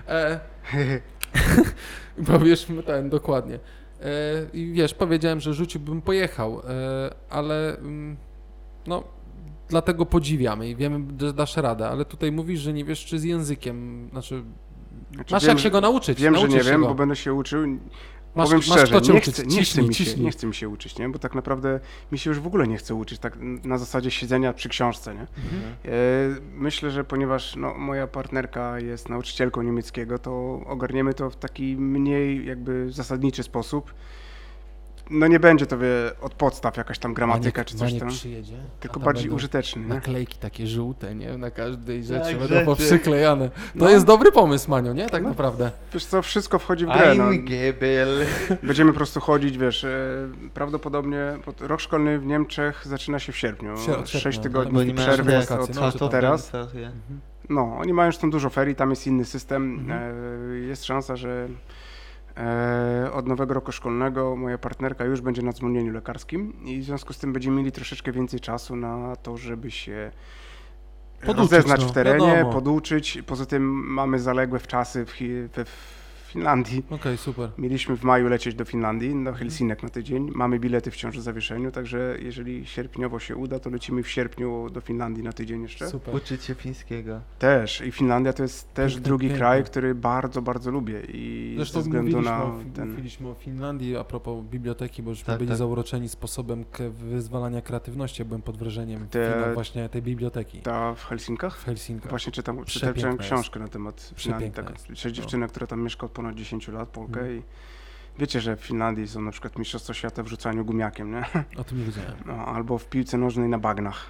Powiesz dokładnie. I wiesz, powiedziałem, że rzuciłbym, pojechał, ale no, dlatego podziwiamy i wiemy, że dasz radę, ale tutaj mówisz, że nie wiesz, czy z językiem, znaczy, Znaczy, masz wiem, jak się go nauczyć, Wiem, że nauczysz nie się wiem, go. bo będę się uczył. Masz- Powiem masz szczerze, kto cię nie uczyć. chce, Ciśnij. nie chce mi się uczyć, nie? Bo tak naprawdę mi się już w ogóle nie chce uczyć, tak na zasadzie siedzenia przy książce, nie? Myślę, że ponieważ no, moja partnerka jest nauczycielką niemieckiego, to ogarniemy to w taki mniej jakby zasadniczy sposób. No nie będzie to od podstaw jakaś tam gramatyka czy coś Maniek tam, przyjedzie, tylko a tam bardziej będą użyteczny, nie? naklejki takie żółte, nie? Na każdej rzeczy Tak, będą rzeczy. poprzyklejane. To No. jest dobry pomysł, Manio, nie? Tak No. naprawdę. Wiesz co, wszystko wchodzi w grę, no. Ein Gebel. Będziemy po prostu chodzić, wiesz, prawdopodobnie bo rok szkolny w Niemczech zaczyna się w sierpniu. Od sierpnia, 6 no, tygodni bo nie mają przerwy żadnych jest wakacji, no, od czy to teraz. Ferie. No, oni mają już tam dużo ferii, tam jest inny system. Mhm. Jest szansa, że od nowego roku szkolnego moja partnerka już będzie na zwolnieniu lekarskim i w związku z tym będziemy mieli troszeczkę więcej czasu na to, żeby się Poduczyć, rozeznać no, w terenie, wiadomo. poduczyć. Poza tym mamy zaległe w czasy w Finlandii. Okej, super. Mieliśmy w maju lecieć do Finlandii, do Helsinek na tydzień. Mamy bilety wciąż w zawieszeniu, także jeżeli sierpniowo się uda, to lecimy w sierpniu do Finlandii na tydzień jeszcze. Super. Uczyć się fińskiego. Też. I Finlandia to jest też Piękne, drugi piękne. kraj, który bardzo, bardzo lubię. I Zresztą ze względu na mówiliśmy o Finlandii a propos biblioteki, bo żeśmy Tak, byli tak. zauroczeni sposobem wyzwalania kreatywności. Ja byłem pod wrażeniem właśnie tej biblioteki Ta w Helsinkach? w Helsinkach. Właśnie czytałem Przepiękna książkę na temat Finlandii. Przepiękna Tak, jest. jest dziewczyna, która tam mieszka od ponad 10 lat, Polkę. I wiecie, że w Finlandii są na przykład mistrzostwa świata w rzucaniu gumiakiem, nie? O tym nie wiedziałem. No, albo w piłce nożnej na bagnach.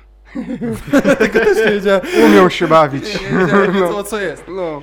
Tego też nie wiedziałem. Umią się bawić. Nie wiedziałem, co jest. No.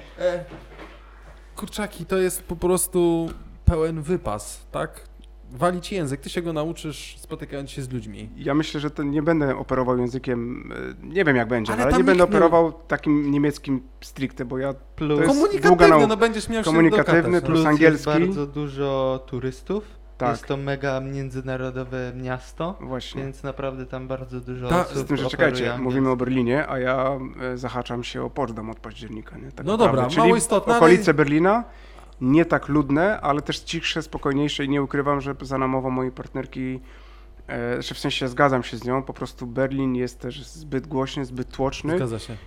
Kurczaki, to jest po prostu pełen wypas, tak? Wali ci język, ty się go nauczysz spotykając się z ludźmi. Ja myślę, że nie będę operował językiem, nie wiem jak będzie, Ale ale tam nie będę nikt nie- operował takim niemieckim stricte, bo ja Plus, To jest długa Komunikatywny, nauka. no będziesz miał się Komunikatywny dokatać, plus plus angielski. jest bardzo dużo turystów. Tak. Jest to mega międzynarodowe miasto, właśnie. więc naprawdę tam bardzo dużo Ta- osób Z tym, że operuje czekajcie, angielskim. mówimy o Berlinie, a ja zahaczam się o Poczdam od października, nie? Tak No naprawdę. dobra, Czyli mało istotne, ale- okolice Berlina, nie tak ludne, ale też cichsze, spokojniejsze i nie ukrywam, że za namową mojej partnerki, że w sensie zgadzam się z nią, po prostu Berlin jest też zbyt głośny, zbyt tłoczny. Zgadza się.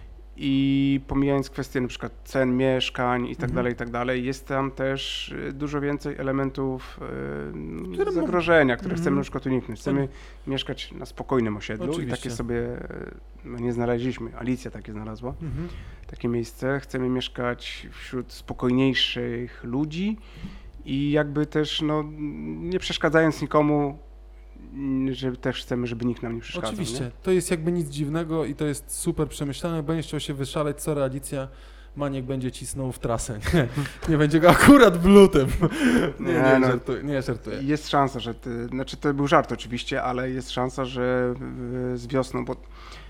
I pomijając kwestie na przykład cen mieszkań i Mhm. tak dalej, jest tam też nie więcej elementów Które zagrożenia, które Mhm. chcemy na przykład uniknąć. Chcemy mieszkać na spokojnym osiedlu Oczywiście. i takie sobie nie znaleźliśmy. Alicja takie znalazła, takie miejsce. Chcemy mieszkać wśród spokojniejszych ludzi i jakby też nie przeszkadzając nikomu, że też chcemy, żeby nikt nam nie przeszkadzał. Oczywiście, Nie? to jest jakby nic dziwnego i to jest super przemyślane. Będziesz chciał się wyszaleć, co Alicja, Maniek będzie cisnął w trasę. Nie będzie go akurat blutem. Nie żartuję. Jest szansa, że znaczy to był żart oczywiście, ale jest szansa, że z wiosną, bo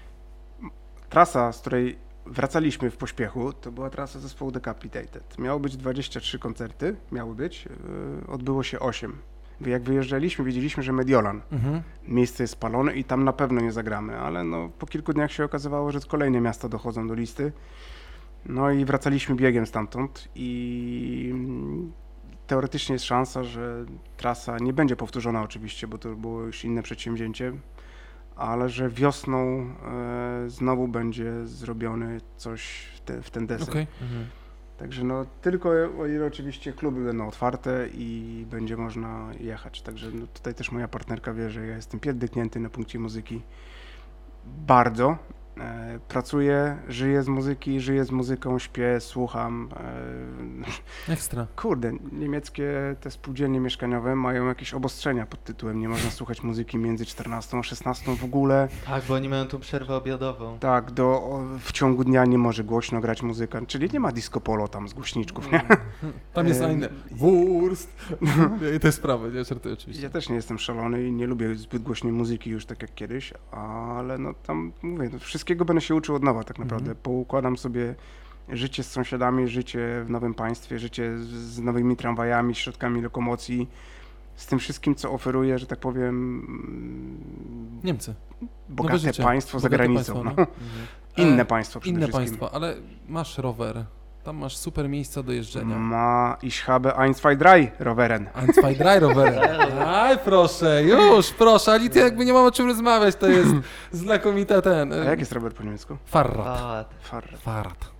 trasa, z której wracaliśmy w pośpiechu, to była trasa zespołu Decapitated. Miało być 23 koncerty, odbyło się 8. Jak wyjeżdżaliśmy, wiedzieliśmy, że Mediolan, miejsce jest spalone i tam na pewno nie zagramy, ale po kilku dniach się okazywało, że kolejne miasta dochodzą do listy. No i wracaliśmy biegiem stamtąd i teoretycznie jest szansa, że trasa nie będzie powtórzona oczywiście, bo to było już inne przedsięwzięcie, ale że wiosną znowu będzie zrobiony coś w ten deseń. Okay. Także tylko o ile oczywiście kluby będą otwarte i będzie można jechać. Także tutaj też moja partnerka wie, że ja jestem pierdyknięty na punkcie muzyki bardzo. Pracuję, żyję z muzyki, żyję z muzyką, śpię, słucham. Ekstra. Kurde, niemieckie te spółdzielnie mieszkaniowe mają jakieś obostrzenia pod tytułem nie można słuchać muzyki między 14 a 16 w ogóle. Tak, bo oni mają tu przerwę obiadową. Tak, w ciągu dnia nie może głośno grać muzyka, czyli nie ma disco polo tam z głośniczków, nie? Tam jest inne. Wurst. I te sprawy, nie żartuję oczywiście. Ja też nie jestem szalony i nie lubię zbyt głośnej muzyki już tak jak kiedyś, ale tam mówię, wszystkiego będę się uczył od nowa tak naprawdę. Poukładam sobie życie z sąsiadami, życie w nowym państwie, życie z nowymi tramwajami, środkami lokomocji, z tym wszystkim, co oferuje, że tak powiem, Niemcy. bogate państwo za granicą. Państwo, Inne państwo przede Inne wszystkim. państwo, ale masz rower. Tam masz super miejsca do jeżdżenia. Ich habe 1, 2, 3 Roveren. 1, 2, 3 rower. Aj, proszę, już, proszę. Alicja, jakby nie mam o czym rozmawiać, to jest znakomite A jak jest rower po niemiecku? Fahrrad. Fahrrad.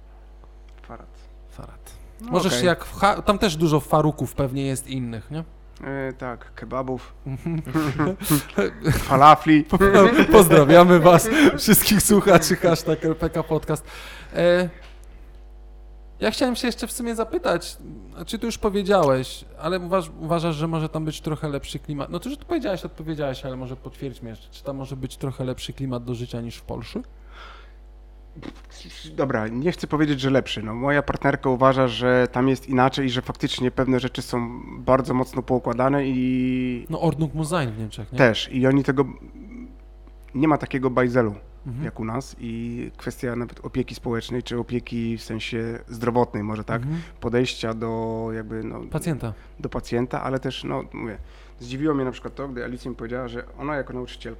No Możesz okej. jak tam też dużo faruków pewnie jest innych, nie? Tak, kebabów, falafli. Pozdrawiamy was, wszystkich słuchaczy, hashtag LPK Podcast. Ja chciałem się jeszcze w sumie zapytać, czy ty już powiedziałeś, ale uważasz, że może tam być trochę lepszy klimat? No to już odpowiedziałeś, ale może potwierdźmy jeszcze, czy tam może być trochę lepszy klimat do życia niż w Polsce? Dobra, nie chcę powiedzieć, że lepszy. Moja partnerka uważa, że tam jest inaczej i że faktycznie pewne rzeczy są bardzo mocno poukładane i No Ordnung muss sein w Niemczech, nie? też. I oni tego... Nie ma takiego bajzelu jak u nas i kwestia nawet opieki społecznej, czy opieki w sensie zdrowotnej może tak, podejścia do jakby Pacjenta. do pacjenta, ale też mówię, zdziwiło mnie na przykład to, gdy Alicja mi powiedziała, że ona jako nauczycielka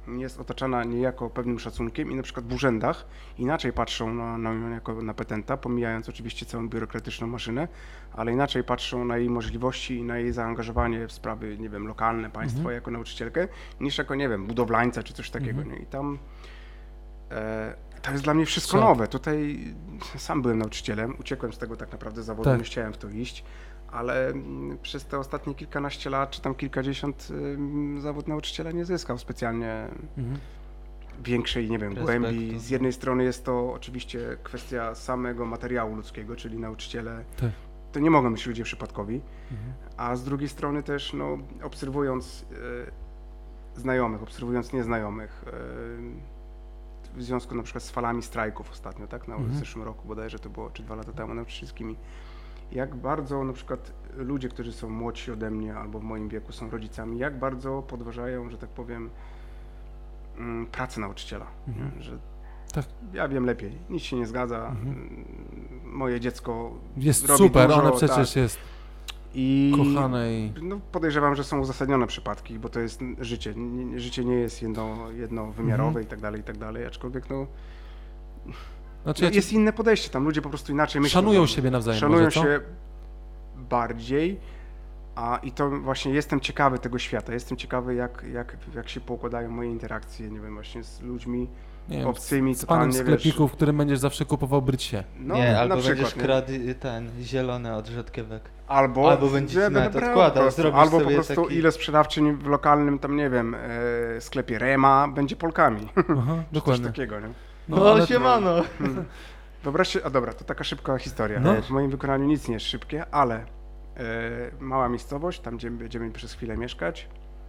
jest otaczana niejako pewnym szacunkiem i na przykład w urzędach inaczej patrzą na nią jako na petenta, pomijając oczywiście całą biurokratyczną maszynę, ale inaczej patrzą na jej możliwości i na jej zaangażowanie w sprawy, nie wiem, lokalne, państwo jako nauczycielkę, niż jako, nie wiem, budowlańca czy coś takiego. Nie? I tam to jest dla mnie wszystko nowe. Tutaj sam byłem nauczycielem, uciekłem z tego tak naprawdę zawodu, nie chciałem w to iść, ale przez te ostatnie kilkanaście lat, czy tam kilkadziesiąt, zawód nauczyciela nie zyskał specjalnie większej, nie wiem, głębi. Z jednej strony jest to oczywiście kwestia samego materiału ludzkiego, czyli nauczyciele, to nie mogą być ludzie przypadkowi, a z drugiej strony też, no, obserwując znajomych, obserwując nieznajomych, w związku na przykład z falami strajków ostatnio, tak, w zeszłym roku bodajże to było, czy 2 lata temu nauczycielskimi, jak bardzo na przykład ludzie, którzy są młodsi ode mnie albo w moim wieku są rodzicami, jak bardzo podważają, że tak powiem, pracę nauczyciela, że ja wiem lepiej, nic się nie zgadza, moje dziecko jest robi super, dużo, ona przecież jest kochane i... No, podejrzewam, że są uzasadnione przypadki, bo to jest życie, życie nie jest jednowymiarowe i tak dalej, aczkolwiek no... Znaczy, jest inne podejście, tam ludzie po prostu inaczej myślą. Szanują siebie nawzajem. Szanują się bardziej, i to właśnie jestem ciekawy tego świata, jestem ciekawy jak się poukładają moje interakcje, nie wiem, właśnie z ludźmi obcymi. Z panem sklepiku, w którym będziesz zawsze kupował brycie. No, nie, albo będziesz kradł zielone od rzodkiewek. Albo będziesz nawet odkładał, albo po prostu ile sprzedawczyń w lokalnym, tam nie wiem, sklepie Rema będzie Polkami. Aha, dokładnie. Coś takiego, nie? No, siemano. Wyobraźcie, dobra, to taka szybka historia. W moim wykonaniu nic nie jest szybkie, ale mała miejscowość, tam gdzie będziemy przez chwilę mieszkać.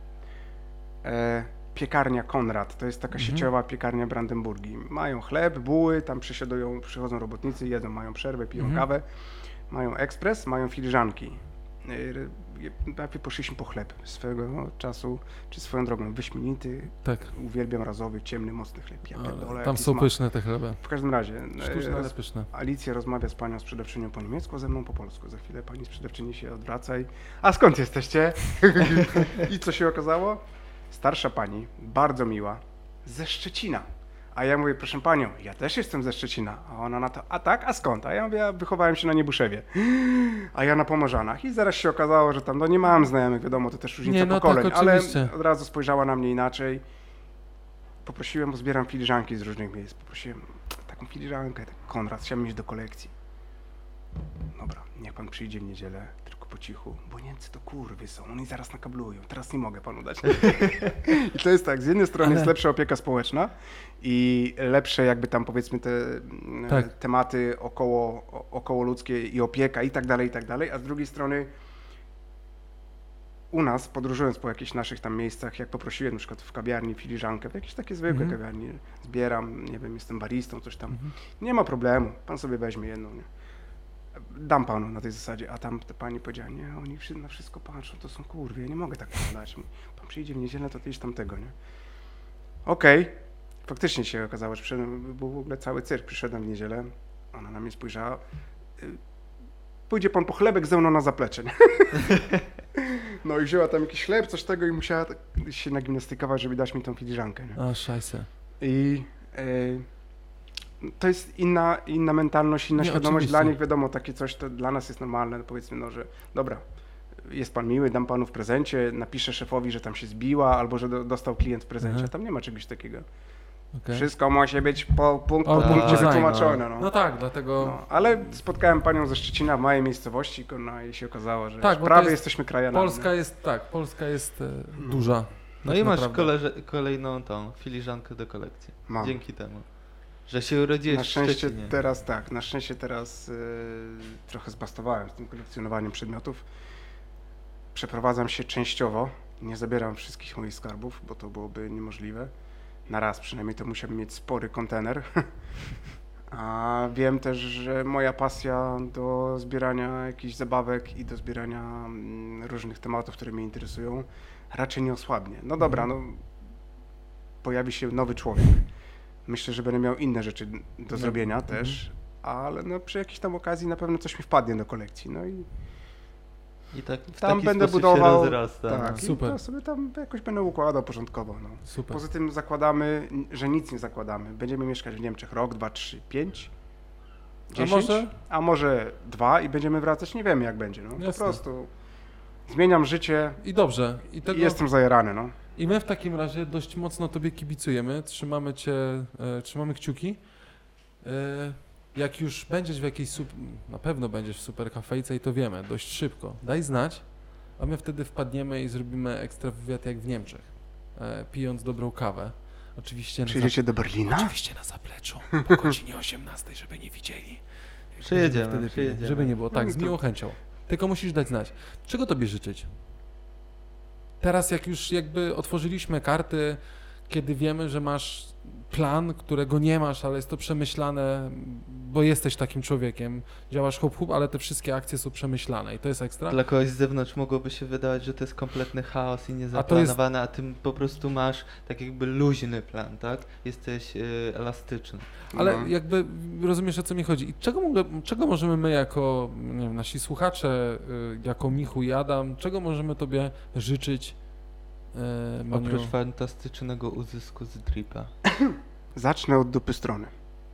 Piekarnia Konrad, to jest taka sieciowa piekarnia Brandenburgii. Mają chleb, buły, tam przychodzą robotnicy, jedzą, mają przerwę, piją kawę, mają ekspres, mają filiżanki. Najpierw poszliśmy po chleb swego czasu, czy swoją drogą, wyśmienity, uwielbiam razowy, ciemny, mocny chleb. Tam są pyszne te chleby. W każdym razie, sztuczne, ale pyszne. Alicja rozmawia z panią sprzedawczynią po niemiecku, a ze mną po polsku. Za chwilę pani sprzedawczyni się odwraca a skąd jesteście? I co się okazało? Starsza pani, bardzo miła, ze Szczecina. A ja mówię, proszę panią, ja też jestem ze Szczecina. A ona na to, a tak, a skąd? A ja mówię, ja wychowałem się na Niebuszewie. A ja na Pomorzanach. I zaraz się okazało, że tam, nie mam znajomych, wiadomo, to też różnica pokoleń, ale od razu spojrzała na mnie inaczej. Poprosiłem, bo zbieram filiżanki z różnych miejsc. Poprosiłem taką filiżankę, Konrad, chciałem mieć do kolekcji. Dobra, niech pan przyjdzie w niedzielę, tylko po cichu, bo Niemcy to kurwy są, oni zaraz nakablują, teraz nie mogę panu dać. I to jest tak, z jednej strony jest lepsza opieka społeczna i lepsze jakby tam powiedzmy te tematy okołoludzkie i opieka i tak dalej, a z drugiej strony u nas, podróżując po jakichś naszych tam miejscach, jak poprosiłem na przykład w kawiarni filiżankę, w jakieś takie zwykłe kawiarni, zbieram, nie wiem, jestem baristą, coś tam, nie ma problemu, pan sobie weźmie jedną, nie? Dam panu na tej zasadzie, a tam ta pani powiedziała, nie, oni na wszystko patrzą, to są kurwy, ja nie mogę tak dać. Pan przyjdzie w niedzielę, to ty idź tamtego, nie? Okej. Faktycznie się okazało, że był w ogóle cały cyrk, przyszedłem w niedzielę, ona na mnie spojrzała, pójdzie pan po chlebek ze mną na zaplecze, nie? No i wzięła tam jakiś chleb, coś tego i musiała się nagimnastykować, żeby dać mi tą filiżankę, nie? A, szajse. I to jest inna mentalność, inna świadomość. Oczywiście. Dla nich wiadomo, takie coś to dla nas jest normalne, powiedzmy, że dobra, jest pan miły, dam panu w prezencie, napiszę szefowi, że tam się zbiła, albo że dostał klient w prezencie. Tam nie ma czegoś takiego. Wszystko musi być po punkcie wytłumaczone. No tak, dlatego... ale spotkałem panią ze Szczecina w mojej miejscowości, i się okazało, że prawie jesteśmy krajanami. Polska jest duża. No i masz kolejną tą filiżankę do kolekcji. Mam. Dzięki temu. Że się urodziłeś na szczęście w Szczecinie. Na szczęście teraz trochę zbastowałem z tym kolekcjonowaniem przedmiotów. Przeprowadzam się częściowo, nie zabieram wszystkich moich skarbów, bo to byłoby niemożliwe. Na raz przynajmniej to musiałbym mieć spory kontener. A wiem też, że moja pasja do zbierania jakichś zabawek i do zbierania różnych tematów, które mnie interesują, raczej nie osłabnie. No dobra, pojawi się nowy człowiek. Myślę, że będę miał inne rzeczy do zrobienia też, ale przy jakiejś tam okazji na pewno coś mi wpadnie do kolekcji. No i I tak w Tam taki będę sposób budował, się rozrasta. tak, no. Super. i to sobie tam jakoś będę układał porządkowo. No. Super. Poza tym zakładamy, że nic nie zakładamy. Będziemy mieszkać w Niemczech rok, 2, 3, 5, 10, a może 2 i będziemy wracać, nie wiemy jak będzie. No. Po Jasne. prostu zmieniam życie I dobrze. i jestem zajarany. No. I my w takim razie dość mocno Tobie kibicujemy, trzymamy kciuki. Jak już będziesz w jakiejś, na pewno będziesz w super kafejce i to wiemy, dość szybko, daj znać, a my wtedy wpadniemy i zrobimy ekstra wywiad jak w Niemczech, pijąc dobrą kawę. Oczywiście Przyjedziecie do Berlina? Oczywiście na zapleczu, po godzinie 18, żeby nie widzieli. Przyjedziemy, Wtedy przyjedziemy. żeby nie było, tak, No z to- miłą chęcią. Tylko musisz dać znać. Czego Tobie życzyć? Teraz jak już jakby otworzyliśmy karty, kiedy wiemy, że masz plan, którego nie masz, ale jest to przemyślane, bo jesteś takim człowiekiem, działasz hop, ale te wszystkie akcje są przemyślane i to jest ekstra. Dla kogoś z zewnątrz mogłoby się wydawać, że to jest kompletny chaos i niezaplanowane, a ty po prostu masz tak jakby luźny plan, tak? Jesteś elastyczny. Ale No. jakby rozumiesz, o co mi chodzi. I czego możemy my jako, nie wiem, nasi słuchacze, jako Michu i Adam, czego możemy Tobie życzyć, Maniu? Oprócz fantastycznego uzysku z dripa. Zacznę od dupy strony.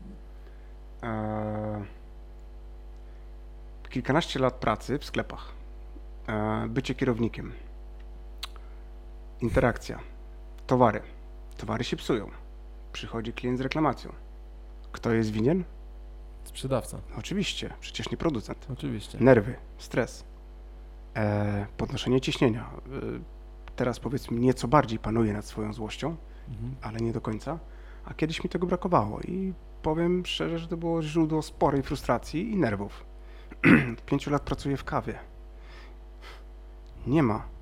Kilkanaście lat pracy w sklepach. Bycie kierownikiem. Interakcja. Towary. Towary się psują. Przychodzi klient z reklamacją. Kto jest winien? Sprzedawca, Oczywiście, przecież nie producent. oczywiście. Nerwy, stres. Podnoszenie ciśnienia. Teraz powiedzmy nieco bardziej panuję nad swoją złością, Mhm. ale nie do końca. A kiedyś mi tego brakowało i powiem szczerze, że to było źródło sporej frustracji i nerwów. Od 5 lat pracuję w kawie. Nie ma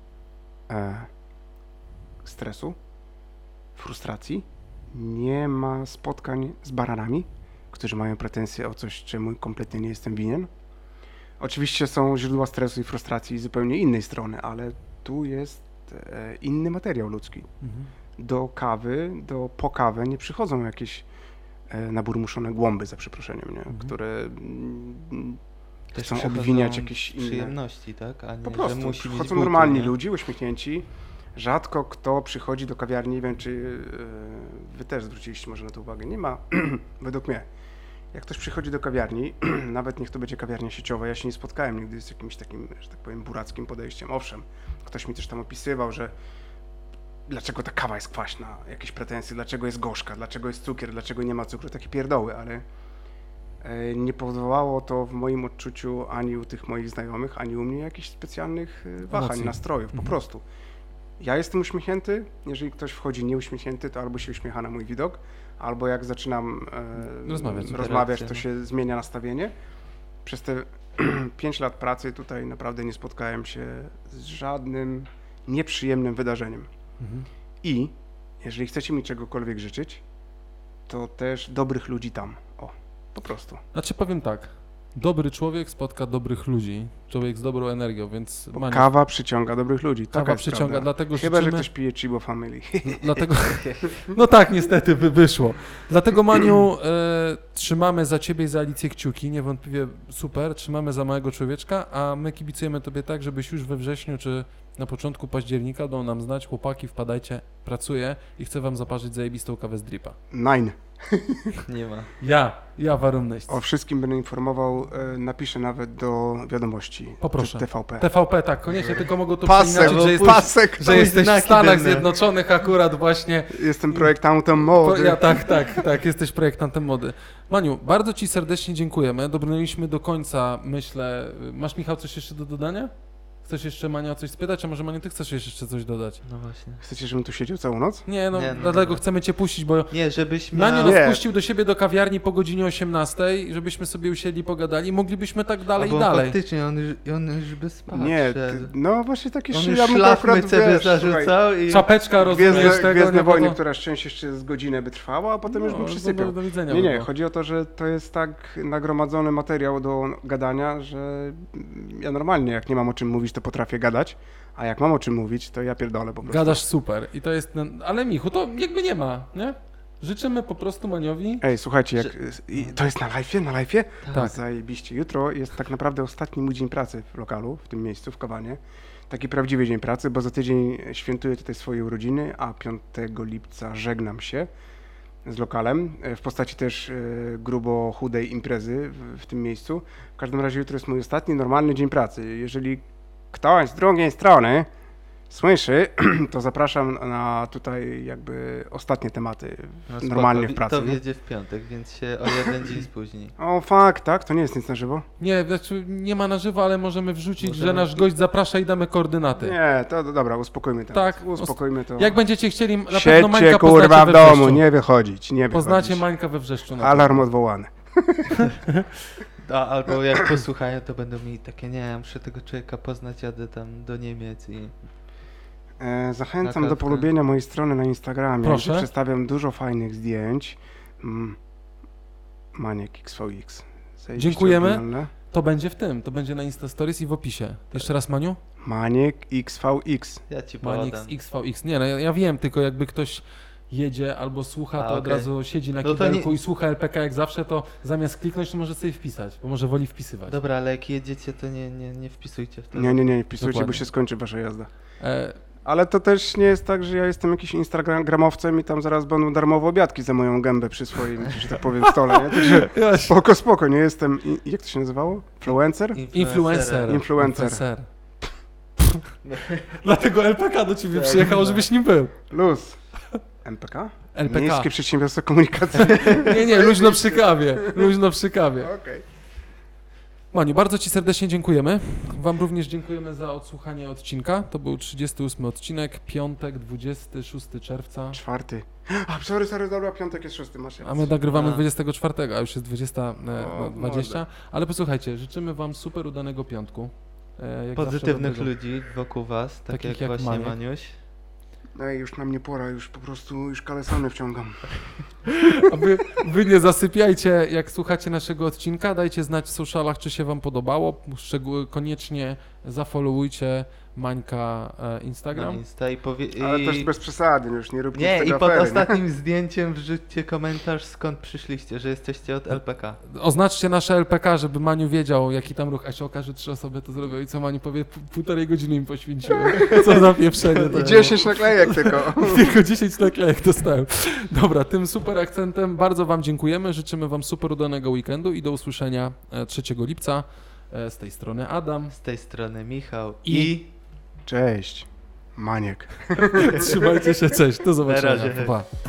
stresu, frustracji, nie ma spotkań z baranami, którzy mają pretensje o coś, czemu kompletnie nie jestem winien. Oczywiście są źródła stresu i frustracji z zupełnie innej strony, ale tu jest inny materiał ludzki. Mhm. Do kawy, po kawę nie przychodzą jakieś naburmuszone głąby, za przeproszeniem, nie? Które Też chcą przychodzą obwiniać jakieś inne... przyjemności, tak? A nie, Po że prostu musi mieć przychodzą buty, normalni nie? ludzie, uśmiechnięci. Rzadko kto przychodzi do kawiarni, nie wiem czy wy też zwróciliście może na to uwagę, nie ma, według mnie, jak ktoś przychodzi do kawiarni, nawet niech to będzie kawiarnia sieciowa, ja się nie spotkałem nigdy z jakimś takim, że tak powiem, burackim podejściem. Owszem, ktoś mi też tam opisywał, że dlaczego ta kawa jest kwaśna, jakieś pretensje, dlaczego jest gorzka, dlaczego jest cukier, dlaczego nie ma cukru, takie pierdoły, ale nie powodowało to w moim odczuciu ani u tych moich znajomych, ani u mnie jakichś specjalnych wahań, Emocji. nastrojów, po prostu. Ja jestem uśmiechnięty, jeżeli ktoś wchodzi nieuśmiechnięty, to albo się uśmiecha na mój widok, albo jak zaczynam rozmawiać, to no. się zmienia nastawienie. Przez te 5 lat pracy tutaj naprawdę nie spotkałem się z żadnym nieprzyjemnym wydarzeniem. Mhm. I jeżeli chcecie mi czegokolwiek życzyć, to też dobrych ludzi tam. O, po prostu. Znaczy powiem tak, dobry człowiek spotka dobrych ludzi, człowiek z dobrą energią, więc Bo Maniu, kawa przyciąga dobrych ludzi. Taka kawa jest przyciąga, prawda. dlatego Chyba, że życzymy... ktoś pije Chibo Family. Dlatego, no tak, niestety wyszło. Dlatego Maniu, trzymamy za Ciebie i za Alicję kciuki, niewątpliwie super, trzymamy za małego człowieczka, a my kibicujemy Tobie tak, żebyś już we wrześniu czy na początku października dał nam znać, chłopaki, wpadajcie, pracuję i chcę Wam zaparzyć zajebistą kawę z dripa. Nine. Nie ma. Ja warum nicht. O wszystkim będę informował, napiszę nawet do wiadomości. Poproszę. Czy TVP. TVP, tak, koniecznie, tylko mogą to Pasek, przeinaczyć, że jesteś, pasek. że jesteś w znaki Stanach będę. Zjednoczonych akurat właśnie. Jestem projektantem mody. Tak, jesteś projektantem mody. Maniu, bardzo Ci serdecznie dziękujemy. Dobrnęliśmy do końca, myślę. Masz, Michał, coś jeszcze do dodania? Chcesz jeszcze Mania o coś spytać, a może Maniu, ty chcesz jeszcze coś dodać? No właśnie. Chcecie, żebym tu siedział całą noc? Nie, no, Nie, no dlatego dobra. chcemy Cię puścić, bo Nie, żebyś miał... Maniu nas Nie. puścił do siebie do kawiarni po godzinie 18, żebyśmy sobie usiedli, pogadali, moglibyśmy tak dalej Bo i dalej. faktycznie, on już by spał. Nie, szedł. no właśnie takie On szy- już ja bym to szlafmy akurat, sobie wiesz, zarzucał i... Czapeczka, rozumiesz tego? Gwiezdne nie, bo Wojny, to- która szczęście jeszcze z godzinę by trwała, a potem już bym No, przysypiał. do widzenia. Nie, by nie, było. chodzi o to, że to jest tak nagromadzony materiał do gadania, że ja normalnie jak nie mam o czym mówić, to potrafię gadać, a jak mam o czym mówić, to ja pierdolę po prostu. Gadasz super i to jest, ale Michu, to jakby nie ma, nie? Życzymy po prostu Maniowi. Ej, słuchajcie, to jest na live'ie? Na live'ie? Tak. Zajebiście. Jutro jest tak naprawdę ostatni mój dzień pracy w lokalu, w tym miejscu, w Kawanie. Taki prawdziwy dzień pracy, bo za tydzień świętuję tutaj swoje urodziny, a 5 lipca żegnam się z lokalem w postaci też grubo chudej imprezy w tym miejscu. W każdym razie jutro jest mój ostatni normalny dzień pracy. Jeżeli ktoś z drugiej strony słyszy, to zapraszam na tutaj jakby ostatnie tematy No normalnie spoko, w pracy. To nie? wjedzie w piątek, więc się o jeden dzień spóźni. O fakt, tak? To nie jest nic na żywo? Nie, znaczy nie ma na żywo, ale możemy wrzucić, Możemy- że nasz gość zaprasza i damy koordynaty. Nie, to dobra, uspokójmy to. Tak, Uspokójmy to. Jak będziecie chcieli, na pewno Siedźcie Mańka kurwa poznacie w we domu, Wrzeszczu. nie wychodzić, nie Poznacie wychodzić. Mańka we Wrzeszczu. na Alarm odwołany. Albo jak posłuchają, to będą mieli takie, nie, muszę tego człowieka poznać, jadę tam do Niemiec i... Zachęcam Na do kawkę. polubienia mojej strony na Instagramie, Proszę. gdzie przedstawiam dużo fajnych zdjęć. Maniek XVX. Zajebiście Dziękujemy. oryginalne. To będzie w tym, to będzie na Insta Stories i w opisie. Jeszcze raz Maniu? Maniek XVX. Ja ci Manix podam. XVX. Nie, no ja wiem, tylko jakby ktoś jedzie albo słucha, to od okej. razu siedzi na No to kibelku nie- i słucha LPK jak zawsze, to zamiast kliknąć, to może sobie wpisać, bo może woli wpisywać. Dobra, ale jak jedziecie, to nie wpisujcie w to. Nie wpisujcie, bo Dokładnie. się skończy wasza jazda. E, Ale to też nie jest tak, że ja jestem jakiś instagramowcem i tam zaraz będą darmowe obiadki za moją gębę przy swoim, że tak powiem, stole, nie? Także spoko, nie jestem, jak to się nazywało? Influencer? Influencer. Dlatego LPK do ciebie przyjechał, żebyś nim był. Luz. MPK? LPK. Miejskie Przedsiębiorstwo Komunikacji. Nie, luźno przy kawie. Luźno przy kawie. Okej. Maniu, bardzo ci serdecznie dziękujemy. Wam również dziękujemy za odsłuchanie odcinka. To był 38 odcinek, piątek, 26 czerwca. 4. A, sorry, dobra, piątek jest 6, masz A rację. my nagrywamy A. 24, a już jest 20, O, 20. Ale posłuchajcie, życzymy wam super udanego piątku. Jak Pozytywnych zawsze ludzi wokół was, tak Takich jak jak właśnie Maniek. Maniuś. Ej, już na mnie pora, już po prostu, już kalesony wciągam. A wy nie zasypiajcie, jak słuchacie naszego odcinka, dajcie znać w socialach, czy się wam podobało. Koniecznie zafollowujcie Mańka Na Instagram. Insta i Ale też bez przesady, już nie róbcie z Nie, tego i pod afery, ostatnim zdjęciem wrzućcie komentarz, skąd przyszliście, że jesteście od LPK. Oznaczcie nasze LPK, żeby Maniu wiedział, jaki tam ruch, a się okaże, 3 osoby to zrobią i co Maniu powie, 1,5 godziny im poświęciłem. Co za pieprzenie. I 10 naklejek tylko. Tylko 10 naklejek dostałem. Dobra, tym super akcentem bardzo wam dziękujemy, życzymy wam super udanego weekendu i do usłyszenia 3 lipca. Z tej strony Adam. Z tej strony Michał I- Cześć, Maniek. Trzymajcie się, cześć, do zobaczenia. razie. Pa.